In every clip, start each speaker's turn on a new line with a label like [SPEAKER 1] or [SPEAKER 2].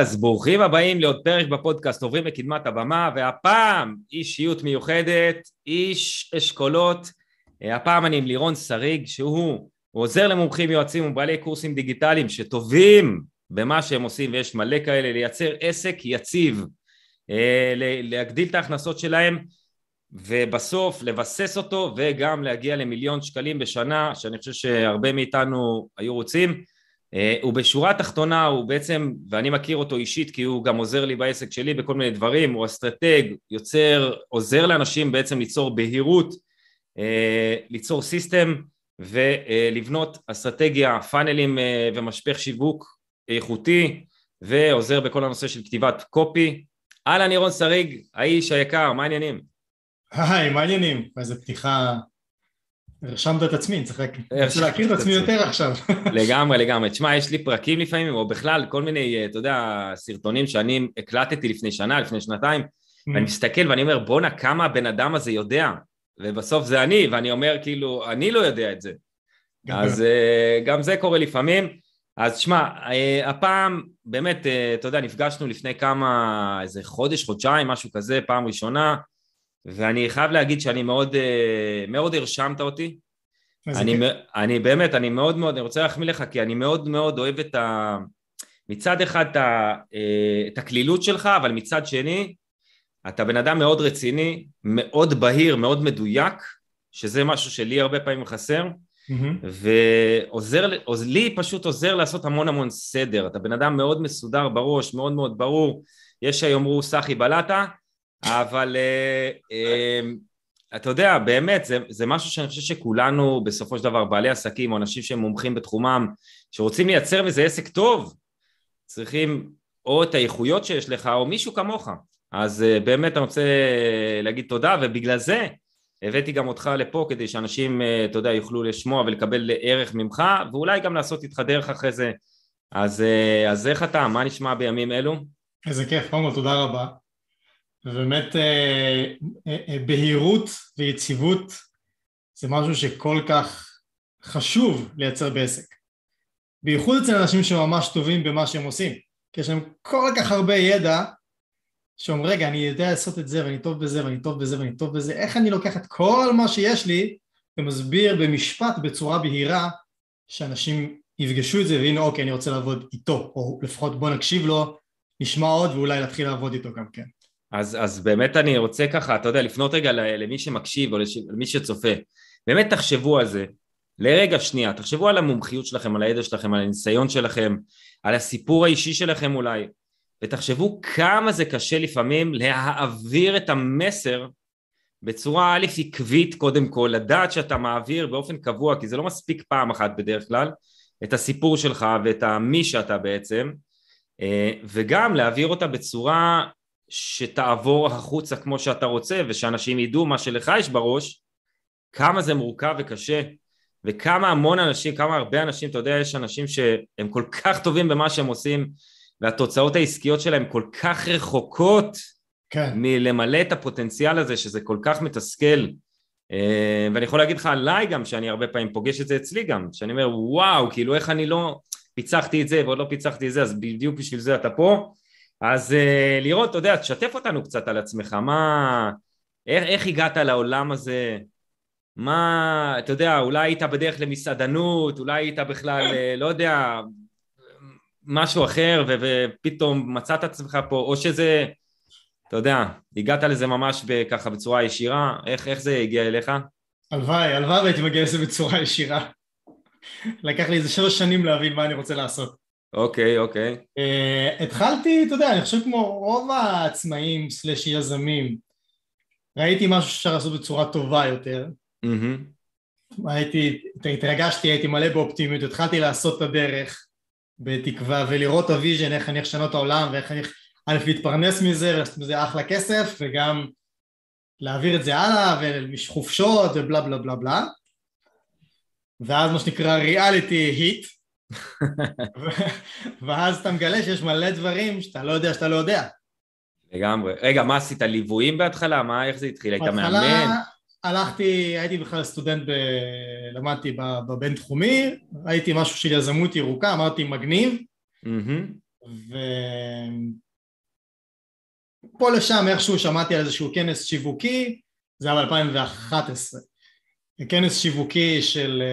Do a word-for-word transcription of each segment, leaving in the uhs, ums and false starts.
[SPEAKER 1] אז ברוכים הבאים לעוד פרק בפודקאסט עוברים לקדמת הבמה, והפעם אישיות מיוחדת, איש אשכולות. הפעם אני עם לירון שריג, שהוא עוזר למומחים, יועצים ובעלי קורסים דיגיטליים שטובים במה שהם עושים, ויש מלא כאלה, לייצר עסק יציב, להגדיל את ההכנסות שלהם, ובסוף לבסס אותו וגם להגיע למיליון שקלים בשנה, שאני חושב שהרבה מאיתנו היו רוצים. הוא בשורה התחתונה, הוא בעצם, ואני מכיר אותו אישית כי הוא גם עוזר לי בעסק שלי בכל מיני דברים, הוא אסטרטג, יוצר, עוזר לאנשים בעצם ליצור בהירות, ליצור סיסטם ולבנות אסטרטגיה, פאנלים ומשפך שיווק איכותי, ועוזר בכל הנושא של כתיבת קופי. אהלן לירון שריג, האיש היקר, מה העניינים?
[SPEAKER 2] היי, מה העניינים? איזה פתיחה, רשמת את עצמי, צריך להכיר את עצמי יותר עכשיו.
[SPEAKER 1] לגמרי, לגמרי. תשמע, יש לי פרקים לפעמים, או בכלל כל מיני, אתה יודע, סרטונים שאני הקלטתי לפני שנה, לפני שנתיים, ואני מסתכל ואני אומר, בונה, כמה הבן אדם הזה יודע, ובסוף זה אני, ואני אומר, כאילו, אני לא יודע את זה. אז גם זה קורה לפעמים. אז תשמע, הפעם, באמת, אתה יודע, נפגשנו לפני כמה, איזה חודש, חודשיים, משהו כזה, פעם ראשונה, ואני חייב להגיד שאני מאוד, מאוד הרשמת אותי. אני, אני באמת, אני מאוד מאוד, אני רוצה להחמיא לך, כי אני מאוד מאוד אוהב את ה... מצד אחד את, ה, את הכלילות שלך, אבל מצד שני, אתה בן אדם מאוד רציני, מאוד בהיר, מאוד מדויק, שזה משהו שלי הרבה פעמים חסר, mm-hmm. ועוזר, לי פשוט עוזר לעשות המון המון סדר. אתה בן אדם מאוד מסודר בראש, מאוד מאוד ברור, יש שיאמרו סחי בלטה, אבל אתה יודע, באמת, זה, זה משהו שאני חושב שכולנו בסופו של דבר, בעלי עסקים או אנשים שהם מומחים בתחומם, שרוצים לייצר מזה עסק טוב, צריכים או את האיכויות שיש לך, או מישהו כמוך. אז באמת אני רוצה להגיד תודה, ובגלל זה הבאתי גם אותך לפה, כדי שאנשים, אתה יודע, יוכלו לשמוע ולקבל ערך ממך, ואולי גם לעשות איתך דרך אחרי זה. אז, אז איך אתה? מה נשמע בימים אלו?
[SPEAKER 2] איזה כיף, קודם כל, תודה רבה. ובאמת אה, אה, בהירות ויציבות זה משהו שכל כך חשוב לייצר בעסק. בייחוד אצל אנשים שממש טובים במה שהם עושים. כי יש להם כל כך הרבה ידע שאומר, רגע, אני יודע לעשות את זה ואני טוב בזה ואני טוב בזה ואני טוב בזה. איך אני לוקח את כל מה שיש לי ומסביר במשפט בצורה בהירה שאנשים יפגשו את זה והנה אוקיי, אני רוצה לעבוד איתו, או לפחות בוא נקשיב לו, נשמע עוד ואולי להתחיל לעבוד איתו גם כן.
[SPEAKER 1] אז, אז באמת אני רוצה ככה, אתה יודע, לפנות רגע למי שמקשיב או למי שצופה, באמת תחשבו על זה, לרגע שנייה, תחשבו על המומחיות שלכם, על הידע שלכם, על הניסיון שלכם, על הסיפור האישי שלכם אולי, ותחשבו כמה זה קשה לפעמים להעביר את המסר בצורה א' עקבית קודם כל, לדעת שאתה מעביר באופן קבוע, כי זה לא מספיק פעם אחת בדרך כלל, את הסיפור שלך ואת מי שאתה בעצם, וגם להעביר אותה בצורה שתעבור החוצה כמו שאתה רוצה, ושאנשים ידעו מה שלך יש בראש, כמה זה מורכב וקשה, וכמה המון אנשים, כמה הרבה אנשים, אתה יודע, יש אנשים שהם כל כך טובים במה שהם עושים, והתוצאות העסקיות שלהם כל כך רחוקות, כן. מלמלא את הפוטנציאל הזה, שזה כל כך מתסכל, ואני יכול להגיד לך עליי גם, שאני הרבה פעמים פוגש את זה אצלי גם, שאני אומר, וואו, כאילו איך אני לא פיצחתי את זה, ועוד לא פיצחתי את זה, אז בדיוק בשביל זה אתה פה, אז לירון, אתה יודע, תשתף אותנו קצת על עצמך, מה, איך, איך הגעת לעולם הזה, מה, אתה יודע, אולי היית בדרך למסעדנות, אולי היית בכלל, לא יודע, משהו אחר, ו- ופתאום מצאת עצמך פה, או שזה, אתה יודע, הגעת לזה ממש ככה בצורה ישירה, איך, איך זה הגיע אליך?
[SPEAKER 2] הלוואי, הלוואי והייתי מגיע לזה בצורה ישירה. לקח לי איזה שלוש שנים להבין מה אני רוצה לעשות.
[SPEAKER 1] אוקיי, אוקיי.
[SPEAKER 2] Uh, התחלתי, אתה יודע, אני חושב כמו רוב העצמאים סלש יזמים, ראיתי משהו שאפשר לעשות בצורה טובה יותר. Mm-hmm. הייתי, התרגשתי, הייתי מלא באופטימיות, התחלתי לעשות את הדרך בתקווה, ולראות את הוויז'ן, איך אני אשנות את העולם, ואיך אני א' להתפרנס מזה, ולעשות מזה אחלה כסף, וגם להעביר את זה הלאה, ולחופשות, ובלה בלה בלה בלה. ואז מה שנקרא ריאליטי היט, ואז אתה מגלה שיש מלא דברים שאתה לא יודע שאתה לא יודע.
[SPEAKER 1] לגמרי. רגע, מה עשית? ליוויים בהתחלה? מה, איך זה התחיל? היית מאמן?
[SPEAKER 2] בהתחלה הלכתי, הייתי בכלל סטודנט, למדתי בבין תחומי, הייתי משהו של יזמות ירוקה, אמרתי מגניב, ופה לשם איכשהו שמעתי על איזשהו כנס שיווקי, זה היה ב-אלפיים ואחת עשרה, כנס שיווקי של,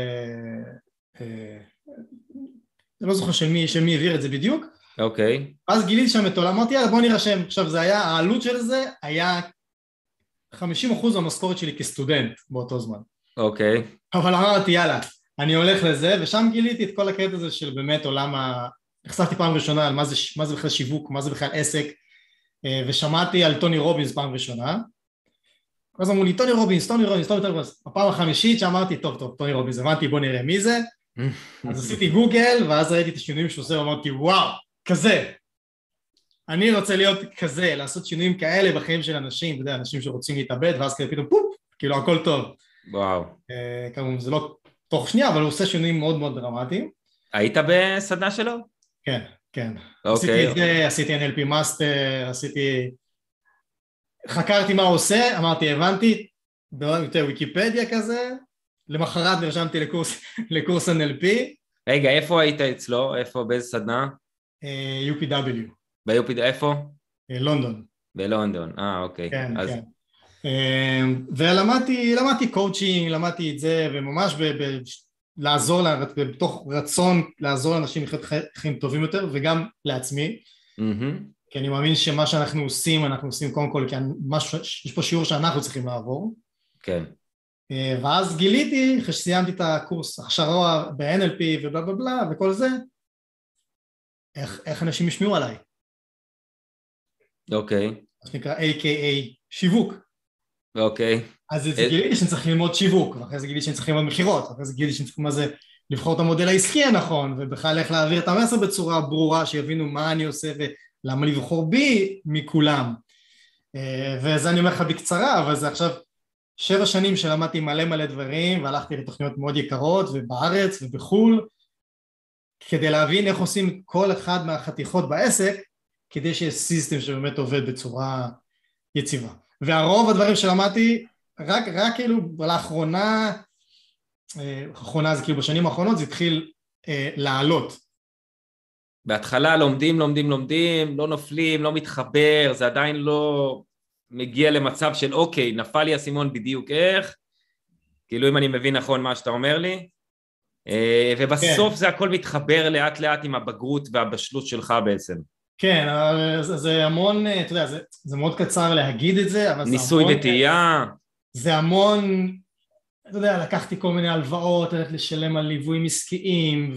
[SPEAKER 2] אני לא זוכר של מי, של מי העביר את זה בדיוק,
[SPEAKER 1] אוקיי.
[SPEAKER 2] אז גיליתי שם את עולם, אמרתי, יאללה בוא נרשם, עכשיו זה היה, העלות של זה היה חמישים אחוז מהמשכורת שלי כסטודנט באותו זמן.
[SPEAKER 1] אוקיי.
[SPEAKER 2] אבל אמרתי יאללה, אני הולך לזה, ושם גיליתי את כל הקטע הזה של באמת עולם ה... נחשפתי פעם ראשונה על מה זה, מה זה בכלל שיווק, מה זה בכלל עסק, ושמעתי על טוני רובינס פעם ראשונה, אז אמרו לי טוני רובינס, טוני רובינס, טוני רובינס, הפעם החמישית שאמרתי טוב טוב, טוני רובינס, הבנתי בוא נראה מי זה, אז עשיתי גוגל, ואז ראיתי את השינויים שהוא עושה, ואמרתי וואו, כזה, אני רוצה להיות כזה, לעשות שינויים כאלה בחיים של אנשים, אתה יודע, אנשים שרוצים להתאבד, ואז כזה פתאום פופ, כאילו הכל טוב.
[SPEAKER 1] וואו.
[SPEAKER 2] כמובן זה לא תוך שנייה, אבל הוא עושה שינויים מאוד מאוד דרמטיים.
[SPEAKER 1] היית בסדנה שלו?
[SPEAKER 2] כן, כן.
[SPEAKER 1] אוקיי.
[SPEAKER 2] עשיתי את זה, עשיתי אן אל פי מאסטר, עשיתי... חקרתי מה הוא עושה, אמרתי, הבנתי, יותר ויקיפדיה כזה, למחרת נרשמתי לקורס, לקורס אן אל פי.
[SPEAKER 1] רגע, איפה היית אצלו? איפה, באיזה סדנה?
[SPEAKER 2] יו פי דאבליו.
[SPEAKER 1] ב-יו פי דאבליו, איפה?
[SPEAKER 2] לונדון.
[SPEAKER 1] בלונדון, אה, אוקיי.
[SPEAKER 2] כן,
[SPEAKER 1] אז...
[SPEAKER 2] כן. ולמדתי, למדתי קואוצ'ינג, למדתי את זה, וממש ב... ב... לעזור, בתוך רצון לעזור לאנשים לחיות חיים טובים יותר, וגם לעצמי,
[SPEAKER 1] mm-hmm.
[SPEAKER 2] כי אני מאמין שמה שאנחנו עושים, אנחנו עושים קודם כל, כי משהו, יש פה שיעור שאנחנו צריכים לעבור.
[SPEAKER 1] כן.
[SPEAKER 2] ואז גיליתי, אחרי שסיימתי את הקורס, הכשרה ב-אן אל פי ובלה בלה בלה, וכל זה, איך, איך אנשים ישמעו עליי.
[SPEAKER 1] אוקיי.
[SPEAKER 2] מה שנקרא איי קיי איי שיווק.
[SPEAKER 1] אוקיי.
[SPEAKER 2] אז זה גיליתי שאני צריך ללמוד שיווק, ואחרי זה גיליתי שאני צריך ללמוד מחירות, ואחרי זה גיליתי שאני צריך מה זה לבחור את המודל העסקי הנכון, ובכלל איך להעביר את המסר בצורה ברורה, שיבינו מה אני עושה ולמה לבחור בי מכולם. וזה אני אומר לך בקצרה, אבל זה עכשיו שבע שנים שלמדתי מלא מלא דברים, והלכתי לתוכניות מאוד יקרות, ובארץ ובחול, כדי להבין איך עושים כל אחד מהחתיכות בעסק, כדי שיהיה סיסטם שבאמת עובד בצורה יציבה. והרוב הדברים שלמדתי, רק, רק כאילו לאחרונה, לאחרונה זה כאילו בשנים האחרונות זה התחיל אה, לעלות.
[SPEAKER 1] בהתחלה לומדים, לומדים, לומדים, לא נופלים, לא מתחבר, זה עדיין לא מגיע למצב של אוקיי, נפל לי הסימון בדיוק איך, כאילו אם אני מבין נכון מה שאתה אומר לי, אה, ובסוף כן. זה הכל מתחבר לאט לאט עם הבגרות והבשלות שלך בעצם.
[SPEAKER 2] כן, זה, זה המון, אתה יודע, זה, זה מאוד קצר להגיד את זה, אבל זה
[SPEAKER 1] ניסוי
[SPEAKER 2] המון...
[SPEAKER 1] וטעייה.
[SPEAKER 2] זה המון, אתה יודע, לקחתי כל מיני הלוואות, הלכת לשלם על ליוויים עסקיים,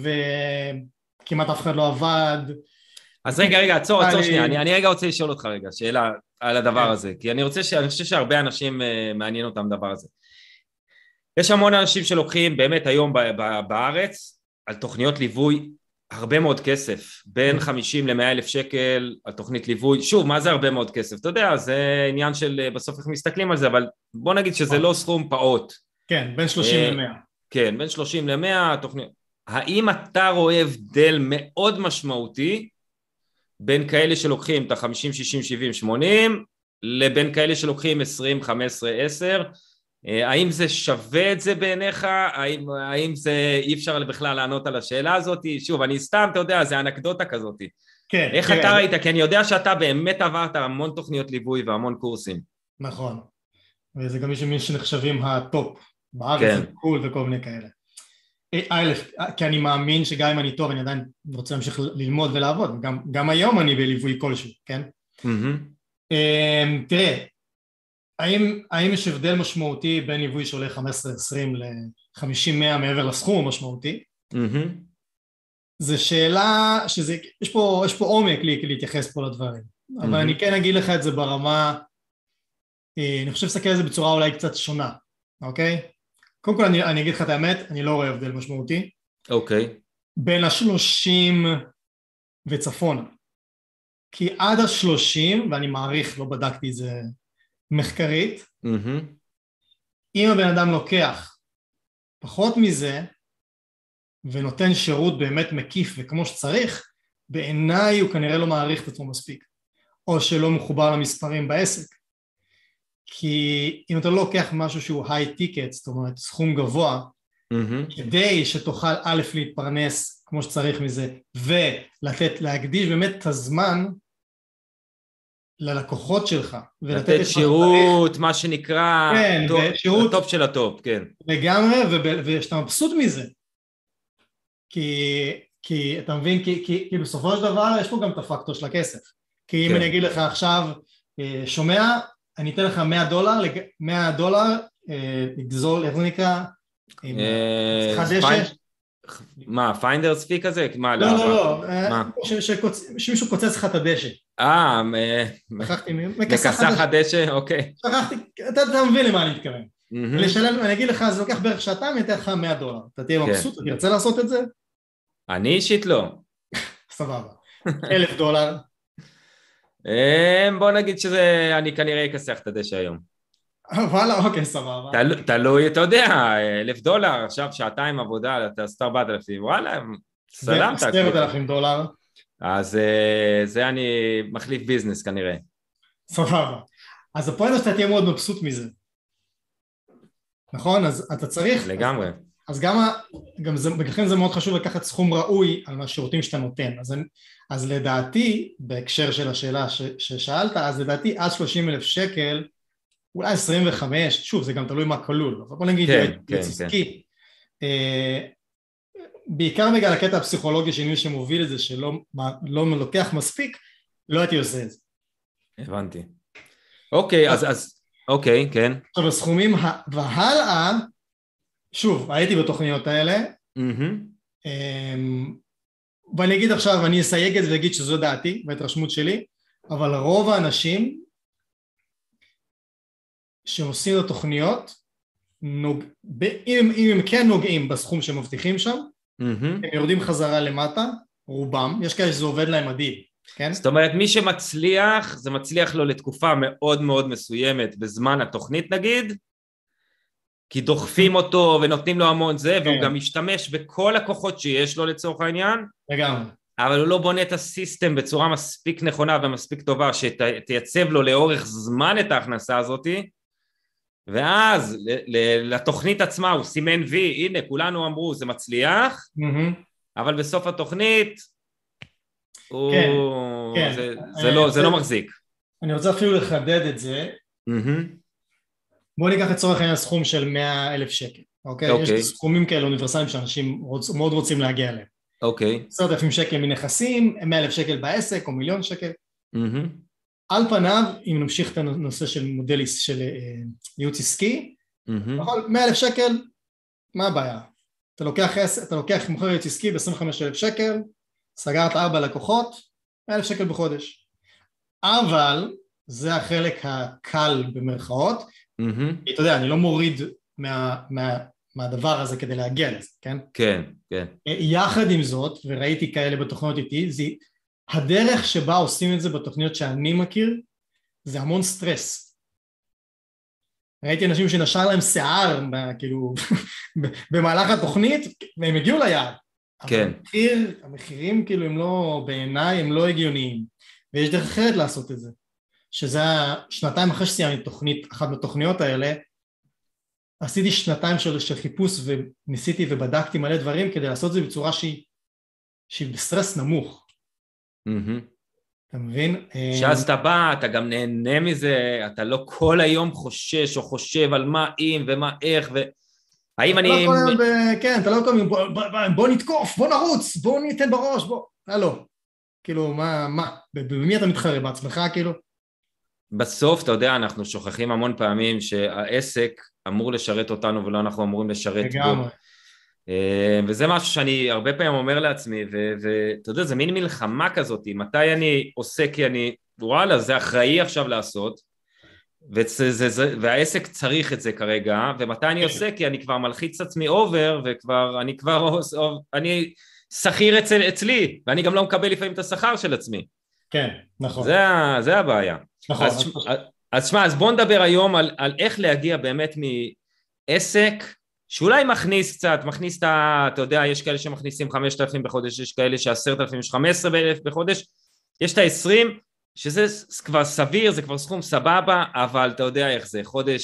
[SPEAKER 2] וכמעט אף אחד לא עבד.
[SPEAKER 1] אז רגע, רגע, עצור, עצור שנייה, אני, אני רגע רוצה לשאול אותך רגע, שאלה על הדבר הזה, כי אני רוצה, ש... אני חושב שהרבה אנשים מעניין אותם דבר הזה. יש המון אנשים שלוקחים באמת היום בארץ, על תוכניות ליווי, הרבה מאוד כסף, בין חמישים למאה אלף שקל על תוכנית ליווי, שוב, מה זה הרבה מאוד כסף? אתה יודע, זה עניין של בסוף איך מסתכלים על זה, אבל בוא נגיד שזה לא סכום פעוט.
[SPEAKER 2] כן, בין שלושים למאה.
[SPEAKER 1] כן, בין שלושים למאה, תוכנית. האם אתה רואה הבדל מאוד משמעותי, בין כאלה שלוקחים את ה-חמישים, שישים, שבעים, שמונים, לבין כאלה שלוקחים עשרים, חמש עשרה, עשר, האם זה שווה את זה בעיניך? האם, האם זה אי אפשר בכלל לענות על השאלה הזאת? שוב, אני סתם, אתה יודע, זה אנקדוטה כזאת.
[SPEAKER 2] כן.
[SPEAKER 1] איך
[SPEAKER 2] כן.
[SPEAKER 1] אתה ראית? כי אני יודע שאתה באמת עברת המון תוכניות ליווי והמון קורסים.
[SPEAKER 2] נכון. וזה גם מי שנחשבים הטופ בארץ,
[SPEAKER 1] כן.
[SPEAKER 2] קול וכל מיני כאלה. א', כי אני מאמין שגם אם אני טוב, אני עדיין רוצה להמשיך ללמוד ולעבוד. גם, גם היום אני בליווי כלשהו, כן?
[SPEAKER 1] Mm-hmm.
[SPEAKER 2] תראה, האם, האם יש הבדל משמעותי בין ליווי שעולה חמש עשרה עשרים ל-חמישים מאה מעבר לסכום המשמעותי?
[SPEAKER 1] Mm-hmm.
[SPEAKER 2] זו שאלה שזה, יש פה, יש פה עומק לי להתייחס פה לדברים, mm-hmm. אבל אני כן אגיד לך את זה ברמה, אני חושב שסתכל על זה בצורה אולי קצת שונה, אוקיי? קודם כל אני, אני אגיד לך את האמת, אני לא רואה הבדל משמעותי.
[SPEAKER 1] אוקיי.
[SPEAKER 2] בין השלושים וצפונה. כי עד השלושים, ואני מעריך, לא בדקתי את זה מחקרית,
[SPEAKER 1] mm-hmm.
[SPEAKER 2] אם הבן אדם לוקח פחות מזה, ונותן שירות באמת מקיף וכמו שצריך, בעיניי הוא כנראה לא מעריך את עצמו מספיק, או שלא מחובר למספרים בעסק. כי אם אתה לא לוקח משהו שהוא high ticket, זאת אומרת סכום גבוה, mm-hmm. כדי שתוכל א' להתפרנס כמו שצריך מזה, ולתת, להקדיש באמת את הזמן ללקוחות שלך,
[SPEAKER 1] לתת שירות, מה שנקרא,
[SPEAKER 2] כן,
[SPEAKER 1] טוב,
[SPEAKER 2] ושירות,
[SPEAKER 1] הטופ של הטופ, כן.
[SPEAKER 2] לגמרי, ושאתה מבסוט מזה. כי, כי אתה מבין, כי, כי, כי בסופו של דבר יש פה גם את הפקטור של הכסף. כי אם
[SPEAKER 1] כן.
[SPEAKER 2] אני אגיד לך עכשיו, שומע, אני אתן לך מאה דולר, מאה דולר, לגזול, איך זה נקרא? חדשת.
[SPEAKER 1] מה, פיינדרס פי כזה?
[SPEAKER 2] לא, לא, לא, שמישהו קוצץ לך את הדשא.
[SPEAKER 1] אה,
[SPEAKER 2] שכחתי,
[SPEAKER 1] מכסח הדשא, אוקיי.
[SPEAKER 2] שכחתי, אתה מבין למה אני מתכוון. לשלם, אני אגיד לך, זה לוקח בערך שעתיים, אני אתן לך מאה דולר. אתה תהיה מבסוט, אתה תרצה לעשות את זה?
[SPEAKER 1] אני אישית לא.
[SPEAKER 2] סבבה. אלף דולר.
[SPEAKER 1] בוא נגיד שזה, אני כנראה אכסח את הדשא היום.
[SPEAKER 2] וואלה, אוקיי, סבבה.
[SPEAKER 1] תלוי, אתה יודע, אלף דולר, עכשיו שעתיים עבודה, אתה עשתה ארבעת אלפים, וואלה, סלמת.
[SPEAKER 2] עשרת אלפים דולר.
[SPEAKER 1] אז זה אני מחליף ביזנס כנראה.
[SPEAKER 2] סבבה. אז הפואנטה שאתה תהיה מאוד מבסוט מזה. נכון? אז אתה צריך...
[SPEAKER 1] לגמרי.
[SPEAKER 2] אז גם, גם זה, בכלל זה מאוד חשוב לקחת סכום ראוי על השירותים שאתה נותן. אז, אז לדעתי, בהקשר של השאלה ש, ששאלת, אז לדעתי עד שלושים אלף שקל, אולי עשרים וחמש, שוב, זה גם תלוי מה כלול, אבל בוא נגיד,
[SPEAKER 1] כן, כן,
[SPEAKER 2] עסקי, כן. אה, בעיקר בגלל הקטע הפסיכולוגי של מי שמוביל את זה, שלא לא לוקח מספיק, לא הייתי עושה את זה.
[SPEAKER 1] הבנתי. אוקיי, אז, אז, אוקיי, כן.
[SPEAKER 2] עכשיו, הסכומים, והלאה, שוב, הייתי בתוכניות האלה, mm-hmm. ואני אגיד עכשיו, אני אסייג את זה ואגיד שזו דעתי, וההתרשמות שלי, אבל רוב האנשים שעושים את התוכניות, נוג... אם, אם הם כן נוגעים בסכום שמבטיחים שם, mm-hmm. הם יורדים חזרה למטה, רובם, יש כאלה שזה עובד להם מדהים, כן?
[SPEAKER 1] זאת אומרת, מי שמצליח, זה מצליח לו לתקופה מאוד מאוד מסוימת, בזמן התוכנית נגיד, כי דוחפים אותו ונותנים לו המון זה, והוא גם משתמש בכל הכוחות שיש לו לצורך העניין,
[SPEAKER 2] לגמרי.
[SPEAKER 1] אבל הוא לא בונה את הסיסטם בצורה מספיק נכונה ומספיק טובה, שתייצב לו לאורך זמן את ההכנסה הזאת, ואז לתוכנית עצמה הוא סימן וי, הנה כולנו אמרו זה מצליח, אבל בסוף התוכנית, זה לא מחזיק.
[SPEAKER 2] אני רוצה אפילו לחדד את זה, בואו ניקח לצורך העניין סכום של מאה אלף שקל, אוקיי? Okay. יש סכומים כאלה אוניברסליים שאנשים רוצ, מאוד רוצים להגיע אליהם.
[SPEAKER 1] אוקיי. Okay.
[SPEAKER 2] עשרת אלפים שקל מנכסים, מאה אלף שקל בעסק או מיליון שקל. Mm-hmm. על פניו, אם נמשיך את הנושא של מודל של ייעוץ עסקי, mm-hmm. מאה אלף שקל, מה הבעיה? אתה לוקח, אתה לוקח מוכר ייעוץ עסקי ב-עשרים וחמישה אלף שקל, סגרת ארבע לקוחות, מאה אלף שקל בחודש. אבל זה החלק הקל במרכאות, כי אתה יודע, אני לא מוריד מה, מה, מהדבר הזה כדי להגיע לזה, כן?
[SPEAKER 1] כן, כן.
[SPEAKER 2] יחד עם זאת, וראיתי כאלה בתוכניות איתי, זה הדרך שבה עושים את זה בתוכניות שאני מכיר, זה המון סטרס. ראיתי אנשים שנשר להם שיער, כאילו, במהלך התוכנית, והם הגיעו ליעד.
[SPEAKER 1] כן.
[SPEAKER 2] המחיר, המחירים כאילו הם לא, בעיניי הם לא הגיוניים, ויש דרך אחרת לעשות את זה. שזה שנתיים אחרי שסיימתי תוכנית, אחת מהתוכניות האלה, עשיתי שנתיים של, של חיפוש וניסיתי ובדקתי מלא דברים כדי לעשות את זה בצורה שהיא, שהיא בסטרס נמוך.
[SPEAKER 1] Mm-hmm.
[SPEAKER 2] אתה מבין?
[SPEAKER 1] שאז אתה בא, אתה גם נהנה מזה, אתה לא כל היום חושש או חושב על מה אם ומה איך ו... האם אני...
[SPEAKER 2] לא ב... כן, אתה לא כל היום, בוא, בוא, בוא נתקוף, בוא נרוץ, בוא ניתן בראש, בוא... לא. כאילו, מה, מה? במי אתה מתחרה? בעצמך, כאילו?
[SPEAKER 1] בסוף, אתה יודע, אנחנו שוכחים המון פעמים שהעסק אמור לשרת אותנו ולא אנחנו אמורים לשרת בו. וזה משהו שאני הרבה פעמים אומר לעצמי, ואתה יודע, זה מין מלחמה כזאת, מתי אני עושה כי אני, וואלה, זה אחראי עכשיו לעשות, והעסק צריך את זה כרגע, ומתי אני עושה כי אני כבר מלחיץ עצמי אובר, וכבר, אני כבר, אני שכיר אצלי, ואני גם לא מקבל לפעמים את השכר של עצמי.
[SPEAKER 2] כן, נכון.
[SPEAKER 1] זה, זה הבעיה.
[SPEAKER 2] נכון.
[SPEAKER 1] אז, אז שמה, אז בוא נדבר היום על, על איך להגיע באמת מעסק, שאולי מכניס קצת, מכניס את ה... אתה יודע, יש כאלה שמכניסים חמשת אלפים בחודש, יש כאלה שעשרת אלפים, יש חמש עשרה אלף בחודש, יש את ה-עשרים, שזה כבר סביר, זה כבר סכום סבבה, אבל אתה יודע איך זה, חודש,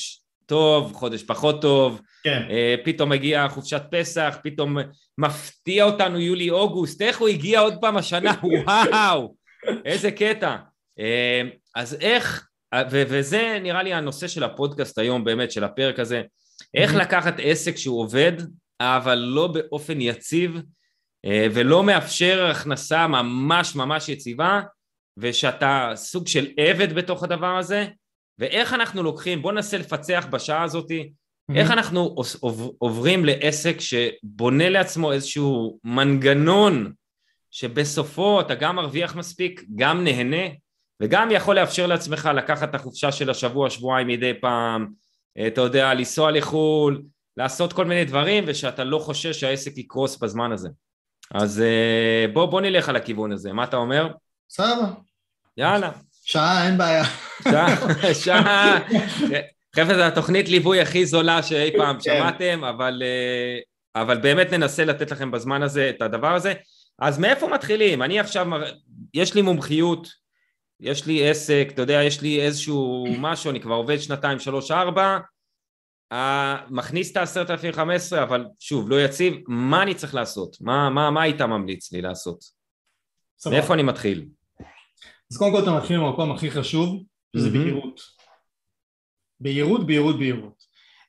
[SPEAKER 1] טוב, חודש פחות טוב,
[SPEAKER 2] כן.
[SPEAKER 1] פתאום הגיע חופשת פסח, פתאום מפתיע אותנו יולי-אוגוסט, איך הוא הגיע עוד פעם השנה, וואו, איזה קטע. אז איך, ו- וזה נראה לי הנושא של הפודקאסט היום באמת, של הפרק הזה, איך לקחת עסק שהוא עובד, אבל לא באופן יציב, ולא מאפשר הכנסה ממש ממש יציבה, ושאתה סוג של עבד בתוך הדבר הזה, ואיך אנחנו לוקחים, בוא ננסה לפצח בשעה הזאת, איך אנחנו עוברים לעסק שבונה לעצמו איזשהו מנגנון, שבסופו אתה גם מרוויח מספיק, גם נהנה, וגם יכול לאפשר לעצמך לקחת את החופשה של השבוע, שבועיים מדי פעם, אתה יודע, לנסוע לחול, לעשות כל מיני דברים, ושאתה לא חושש שהעסק יקרוס בזמן הזה. אז בוא, בוא נלך על הכיוון הזה, מה אתה אומר?
[SPEAKER 2] סבבה.
[SPEAKER 1] יאללה.
[SPEAKER 2] שעה, אין בעיה.
[SPEAKER 1] שעה, שעה. חבר'ה, זו התוכנית ליווי הכי זולה שאי פעם שמעתם, אבל, אבל באמת ננסה לתת לכם בזמן הזה את הדבר הזה. אז מאיפה מתחילים? אני עכשיו, יש לי מומחיות, יש לי עסק, אתה יודע, יש לי איזשהו משהו, אני כבר עובד שנתיים, שלוש, ארבע, מכניס את ה-עשרת אלפים וחמש עשרה, אבל שוב, לא יציב, מה אני צריך לעשות? מה, מה, מה היית ממליץ לי לעשות? סבבה. מאיפה אני מתחיל?
[SPEAKER 2] אז קודם כל אתה מתחיל במקום הכי חשוב, שזה בהירות. בהירות, בהירות, בהירות.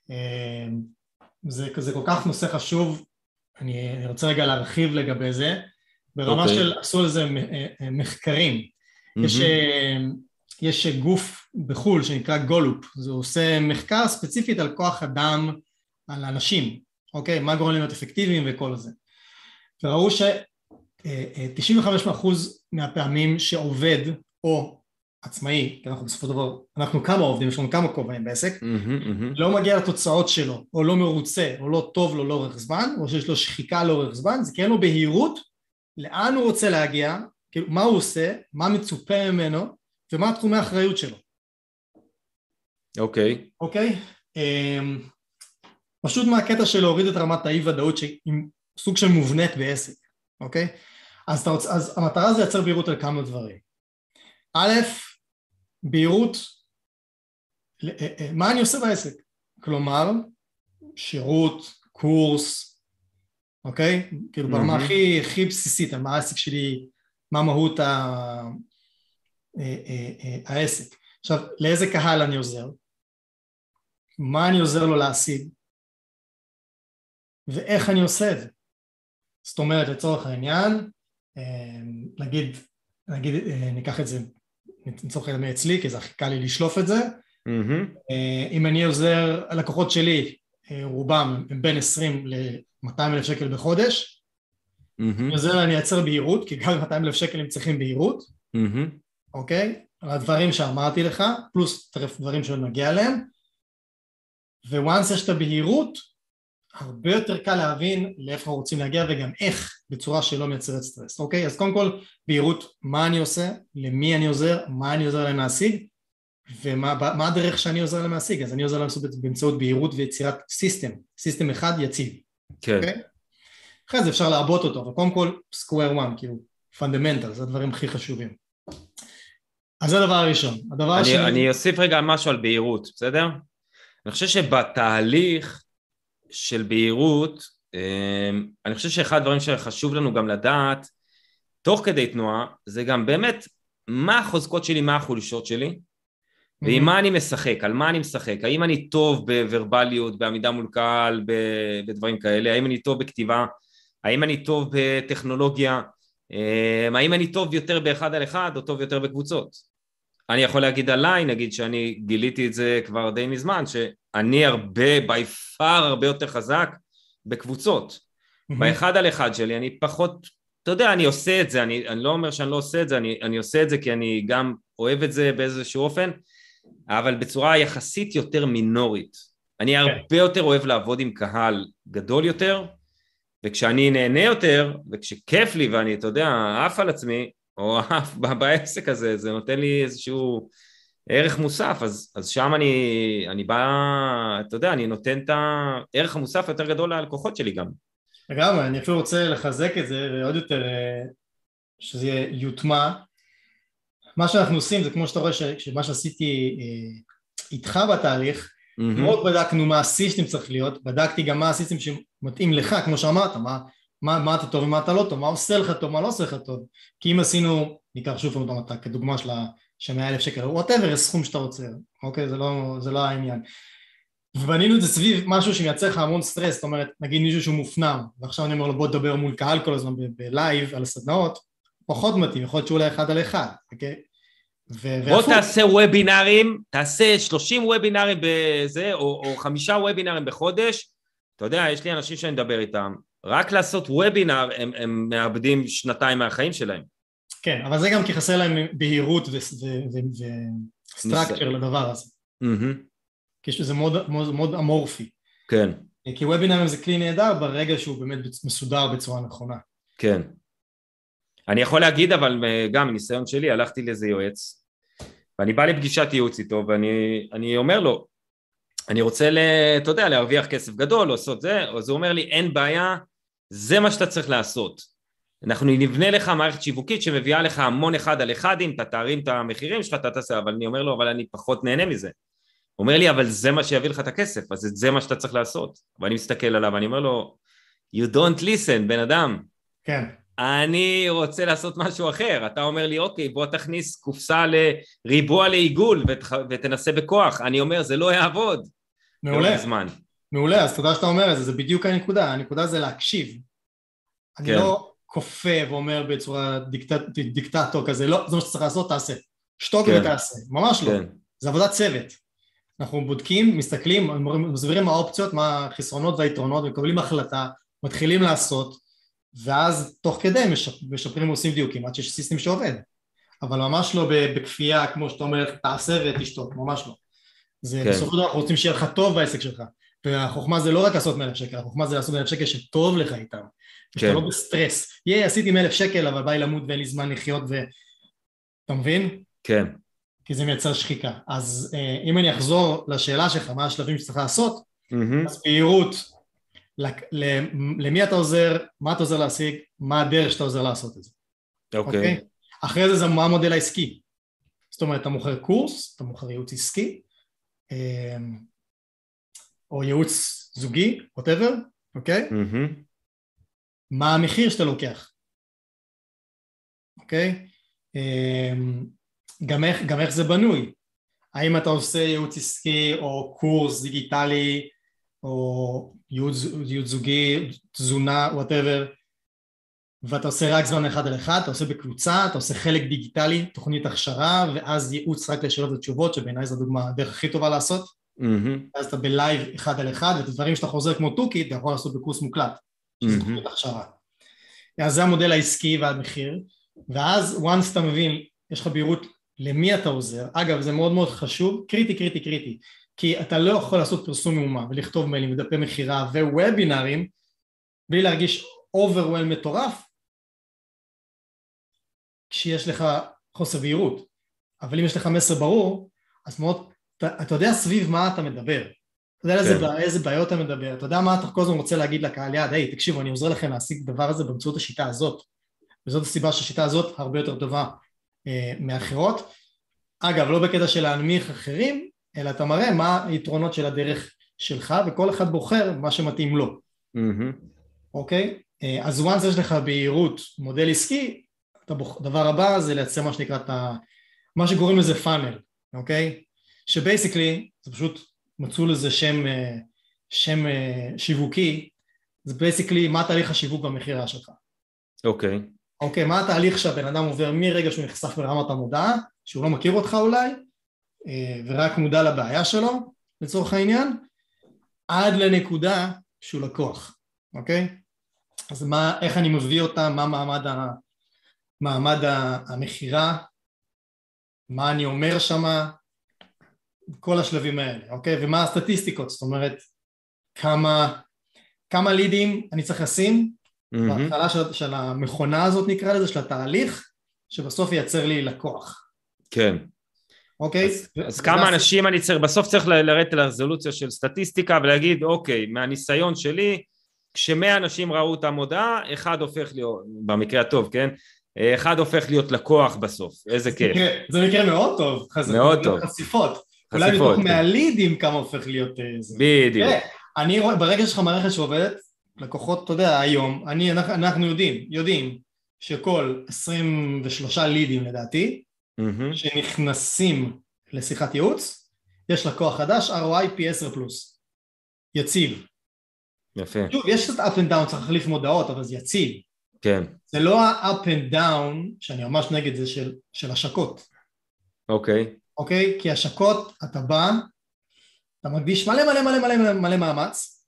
[SPEAKER 2] זה, זה כל כך נושא חשוב, אני, אני רוצה רגע להרחיב לגבי זה, ברמה okay. של עשו לזה מחקרים. Mm-hmm. יש, יש גוף בחול שנקרא גולופ, זה עושה מחקר ספציפית על כוח אדם, על אנשים, אוקיי? מה גורם להיות אפקטיביים וכל זה. וראו ש-תשעים וחמישה אחוז מהפעמים שעובד או עצמאי, כי אנחנו בסופו של דבר, אנחנו כמה עובדים, יש לנו כמה כובעים בעסק, mm-hmm, mm-hmm. לא מגיע לתוצאות שלו, או לא מרוצה, או לא טוב לו לאורך זמן, או שיש לו שחיקה לאורך זמן, זה כי אין לו בהירות, לאן הוא רוצה להגיע, כאילו, מה הוא עושה, מה מצופה ממנו, ומה תחומי האחריות שלו.
[SPEAKER 1] אוקיי. Okay.
[SPEAKER 2] אוקיי? Okay? Um, פשוט מהקטע של להוריד את רמת האי-ודאות, שהיא סוג של מובנית בעסק, אוקיי? Okay? אז, רוצה, אז המטרה זה לייצר בהירות על כמה דברים. א', בהירות, מה אני עושה בעסק? כלומר, שירות, קורס, אוקיי? כאילו ברמה mm-hmm. הכי, הכי בסיסית, על מה העסק שלי, מה מהות ה... העסק. עכשיו, לאיזה קהל אני עוזר? מה אני עוזר לו להשיג? ואיך אני עושה את זה? זאת אומרת, לצורך העניין, נגיד, נגיד, ניקח את זה, נצורך העניין אצלי, כי זה הכי קל לי לשלוף את זה. Mm-hmm. אם אני עוזר, הלקוחות שלי, רובם הם בין עשרים ל-מאתיים אלף שקל בחודש, mm-hmm. אני עוזר, אני אייצר בהירות, כי גם מאתיים אלף שקל הם צריכים בהירות, mm-hmm. אוקיי? הדברים שאמרתי לך, פלוס דברים שעוד נגיע אליהם, וואנס יש את הבהירות, הרבה יותר קל להבין לאיפה רוצים להגיע וגם איך, בצורה שלא מייצרת סטרס, אוקיי? אז קודם כל, בהירות, מה אני עושה, למי אני עוזר, מה אני עוזר להם להשיג, ומה מה הדרך שאני עוזר להם להשיג, אז אני עוזר להם באמצעות בהירות ויצירת סיסטם, סיסטם אחד יציב,
[SPEAKER 1] כן.
[SPEAKER 2] אוקיי? אחרי זה אפשר לעבוד אותו, אבל קודם כל, square one, כאילו, fundamental, זה הדברים הכי חשובים. אז זה הדבר הראשון. הדבר
[SPEAKER 1] אני,
[SPEAKER 2] השני...
[SPEAKER 1] אני אוסיף רגע משהו על בהירות, בסדר? אני חושב שבתהליך של בהירות, אני חושב שאחד הדברים שחשוב לנו גם לדעת, תוך כדי תנועה, זה גם באמת מה החוזקות שלי, מה החולשות שלי, ועם מה אני משחק, על מה אני משחק, האם אני טוב בוורבליות, בעמידה מול קהל, בדברים כאלה, האם אני טוב בכתיבה, האם אני טוב בטכנולוגיה, האם אני טוב יותר באחד על אחד או טוב יותר בקבוצות. אני יכול להגיד עליי, נגיד שאני גיליתי את זה כבר די מזמן, שאני הרבה, by far הרבה יותר חזק בקבוצות. Mm-hmm. באחד על אחד שלי אני פחות, אתה יודע, אני עושה את זה, אני, אני לא אומר שאני לא עושה את זה, אני, אני עושה את זה כי אני גם אוהב את זה באיזשהו אופן, אבל בצורה יחסית יותר מינורית. אני okay. הרבה יותר אוהב לעבוד עם קהל גדול יותר, וכשאני נהנה יותר, וכשכיף לי ואני, אתה יודע, עף על עצמי, או עף בעסק הזה, זה נותן לי איזשהו ערך מוסף, אז, אז שם אני, אני בא, אתה יודע, אני נותן את הערך המוסף יותר גדול ללקוחות שלי גם.
[SPEAKER 2] לגמרי, אני אפילו רוצה לחזק את זה, ועוד יותר שזה יוטמע. מה שאנחנו עושים זה כמו שאתה רואה, שמה שעשיתי איתך בתהליך, לא רק בדקנו מה הסיסטם צריך להיות, בדקתי גם מה הסיסטם שמתאים לך, כמו שאמרת, מה, מה, מה אתה טוב ומה אתה לא טוב, מה עושה לך טוב, מה לא עושה לך טוב, כי אם עשינו, ניקח שוב פעם אותם, כדוגמה של מאה אלף שקל, whatever, סכום שאתה רוצה, אוקיי, זה לא, זה לא העניין. ובנינו את זה סביב משהו שמייצר לך המון סטרס, זאת אומרת, נגיד מישהו שהוא מופנם, ועכשיו אני אומר לו בוא תדבר מול קהל כל הזמן בלייב על הסדנאות, פחות מתאים, יכול להיות שאולי אחד על אחד, אוקיי?
[SPEAKER 1] בוא תעשה וובינרים, תעשה שלושים וובינרים בזה, או, או חמישה וובינרים בחודש, אתה יודע, יש לי אנשים שאני מדבר איתם, רק לעשות וובינר, הם, הם מאבדים שנתיים מהחיים שלהם.
[SPEAKER 2] כן, אבל זה גם כי חסר להם בהירות וסטרקצ'ר לדבר הזה. כי שזה מאוד, מאוד, מאוד אמורפי.
[SPEAKER 1] כן.
[SPEAKER 2] כי וובינרים זה כלי נהדר ברגע שהוא באמת מסודר בצורה נכונה.
[SPEAKER 1] כן. אני יכול להגיד, אבל גם מניסיון שלי, הלכתי לאיזה יועץ, ואני בא לפגישת ייעוץ איתו, ואני אני אומר לו, אני רוצה, אתה יודע, להרוויח כסף גדול, לעשות זה, אז הוא אומר לי, אין בעיה, זה מה שאתה צריך לעשות. אנחנו נבנה לך מערכת שיווקית שמביאה לך המון אחד על אחד, אם אתה תארים את המחירים שלך, אתה תעשה, אבל אני אומר לו, אבל אני פחות נהנה מזה. הוא אומר לי, אבל זה מה שיביא לך את הכסף, אז זה מה שאתה צריך לעשות. ואני מסתכל עליו, ואני אומר לו, you don't listen, בן אדם.
[SPEAKER 2] כן.
[SPEAKER 1] אני רוצה לעשות משהו אחר. אתה אומר לי, אוקיי, בוא תכניס קופסה לריבוע לעיגול, ותנסה בכוח. אני אומר, זה לא יעבוד.
[SPEAKER 2] מעולה. מעולה, אז תודה שאתה אומר את זה, זה בדיוק הנקודה. הנקודה זה להקשיב. אני לא כופה ואומר בצורה דיקטטור כזה, לא, זה מה שצריך לעשות, תעשה. שתוק ותעשה. ממש לא. זה עבודת צוות. אנחנו בודקים, מסתכלים, מסבירים מה האופציות, מה החסרונות והיתרונות, מקבלים החלטה, מתחילים לעשות, ואז תוך כדי משפרים ועושים דיוקים, עד שיש סיסטם שעובד. אבל ממש לא בכפייה, כמו שאתה אומר, תעשה ותשתוק, ממש לא. זה בסופו של דבר, אנחנו רוצים שיהיה לך טוב בעסק שלך, והחוכמה זה לא רק לעשות מאלף שקל, החוכמה זה לעשות מאלף שקל שטוב לך איתם, שאתה לא בסטרס. יהיה, עשיתי מאלף שקל, אבל ביי למות ואין לי זמן לחיות, אתה מבין?
[SPEAKER 1] כן.
[SPEAKER 2] כי זה מייצר שחיקה. אז אם אני אחזור לשאלה שלך, מה השלבים שצריך לעשות, אז בהירות, למי אתה עוזר, מה אתה עוזר להשיג, מה הדרך שאתה עוזר לעשות את זה.
[SPEAKER 1] אוקיי.
[SPEAKER 2] אחרי זה זה מה המודל העסקי. זאת אומרת, אתה מוכר קורס, אתה מוכר ייעוץ עסקי, או ייעוץ זוגי, whatever, אוקיי? מה המחיר שאתה לוקח. אוקיי? גם איך, גם איך זה בנוי, האם אתה עושה ייעוץ עסקי או קורס דיגיטלי או ייעוץ, ייעוץ זוגי, תזונה, whatever, ואתה עושה רק זמן אחד על אחד, אתה עושה בקבוצה, אתה עושה חלק דיגיטלי, תוכנית הכשרה, ואז ייעוץ רק לשאלות ותשובות, שבעיניי זו הדוגמה הדרך הכי טובה לעשות, mm-hmm. אז אתה בלייב אחד על אחד, ואת הדברים שאתה חוזר כמו טוקי, אתה יכול לעשות בקורס מוקלט, שזה mm-hmm. תוכנית הכשרה. אז זה המודל העסקי והמחיר, ואז once אתה מבין, יש לך בהירות למי אתה עוזר, אגב זה מאוד מאוד חשוב, קריטי קריטי קריטי, כי אתה לא יכול לעשות פרסום מאומה ולכתוב מיילים ודפי מחירה ווובינרים בלי להרגיש אוברוול מטורף כשיש לך חוסר בהירות, אבל אם יש לך מסר ברור, אז מאוד, אתה, אתה יודע סביב מה אתה מדבר, אתה יודע כן. איזה, איזה בעיות אתה מדבר, אתה יודע מה אתה כל הזמן רוצה להגיד לקהל יד, היי תקשיבו אני עוזר לכם להשיג דבר הזה באמצעות השיטה הזאת, וזאת הסיבה שהשיטה הזאת הרבה יותר טובה מאחרות, אגב לא בקטע של להנמיך אחרים, אלא אתה מראה מה היתרונות של הדרך שלך, וכל אחד בוחר מה שמתאים לו, אוקיי? אז once יש לך בהירות מודל עסקי, הדבר הבא זה לייצר מה שנקרא, מה שקוראים לזה פאנל, אוקיי? שבייסיקלי, זה פשוט מצאו לזה שם, שם שיווקי, זה בייסיקלי מה תהליך השיווק במחירה שלך.
[SPEAKER 1] אוקיי.
[SPEAKER 2] אוקיי, מה התהליך שהבן אדם עובר מרגע שהוא נחשף ברמת המודעה, שהוא לא מכיר אותך אולי, ורק מודע לבעיה שלו, לצורך העניין, עד לנקודה שהוא לקוח, אוקיי? אז מה, איך אני מביא אותה, מה מעמד, ה, מעמד המחירה, מה אני אומר שמה, כל השלבים האלה, אוקיי? ומה הסטטיסטיקות, זאת אומרת, כמה, כמה לידים אני צריך לשים, בהתחלה של, של המכונה הזאת נקרא לזה, של התהליך, שבסוף ייצר לי לקוח.
[SPEAKER 1] כן.
[SPEAKER 2] אוקיי?
[SPEAKER 1] אז, ו- אז כמה אנשים אני צריך, בסוף צריך לרדת לרזולוציה של סטטיסטיקה, ולהגיד, אוקיי, מהניסיון שלי, כשמאה אנשים ראו את המודעה, אחד הופך להיות, במקרה הטוב, כן? אחד הופך להיות לקוח בסוף, איזה כיף.
[SPEAKER 2] זה מקרה מאוד טוב.
[SPEAKER 1] מאוד טוב.
[SPEAKER 2] חשיפות. אולי מתוך מהלידים כמה הופך להיות זה.
[SPEAKER 1] בדיוק.
[SPEAKER 2] אני רואה, ברגע שלך מערכת שעובדת, לקוחות, אתה יודע, היום, אני, אנחנו יודעים, יודעים שכל עשרים ושלושה לידים לדעתי, שנכנסים לשיחת ייעוץ, יש לקוח חדש, אר או איי פי עשר פלוס. יציב.
[SPEAKER 1] יפה.
[SPEAKER 2] שוב, יש קצת up and down, צריך להחליף מודעות, אבל זה יציב.
[SPEAKER 1] כן.
[SPEAKER 2] זה לא ה-up and down, שאני ממש נגד זה, של, של השקות.
[SPEAKER 1] אוקיי.
[SPEAKER 2] אוקיי? כי השקות, אתה בא, אתה מקדיש מלא מלא מלא מלא מלא מאמץ,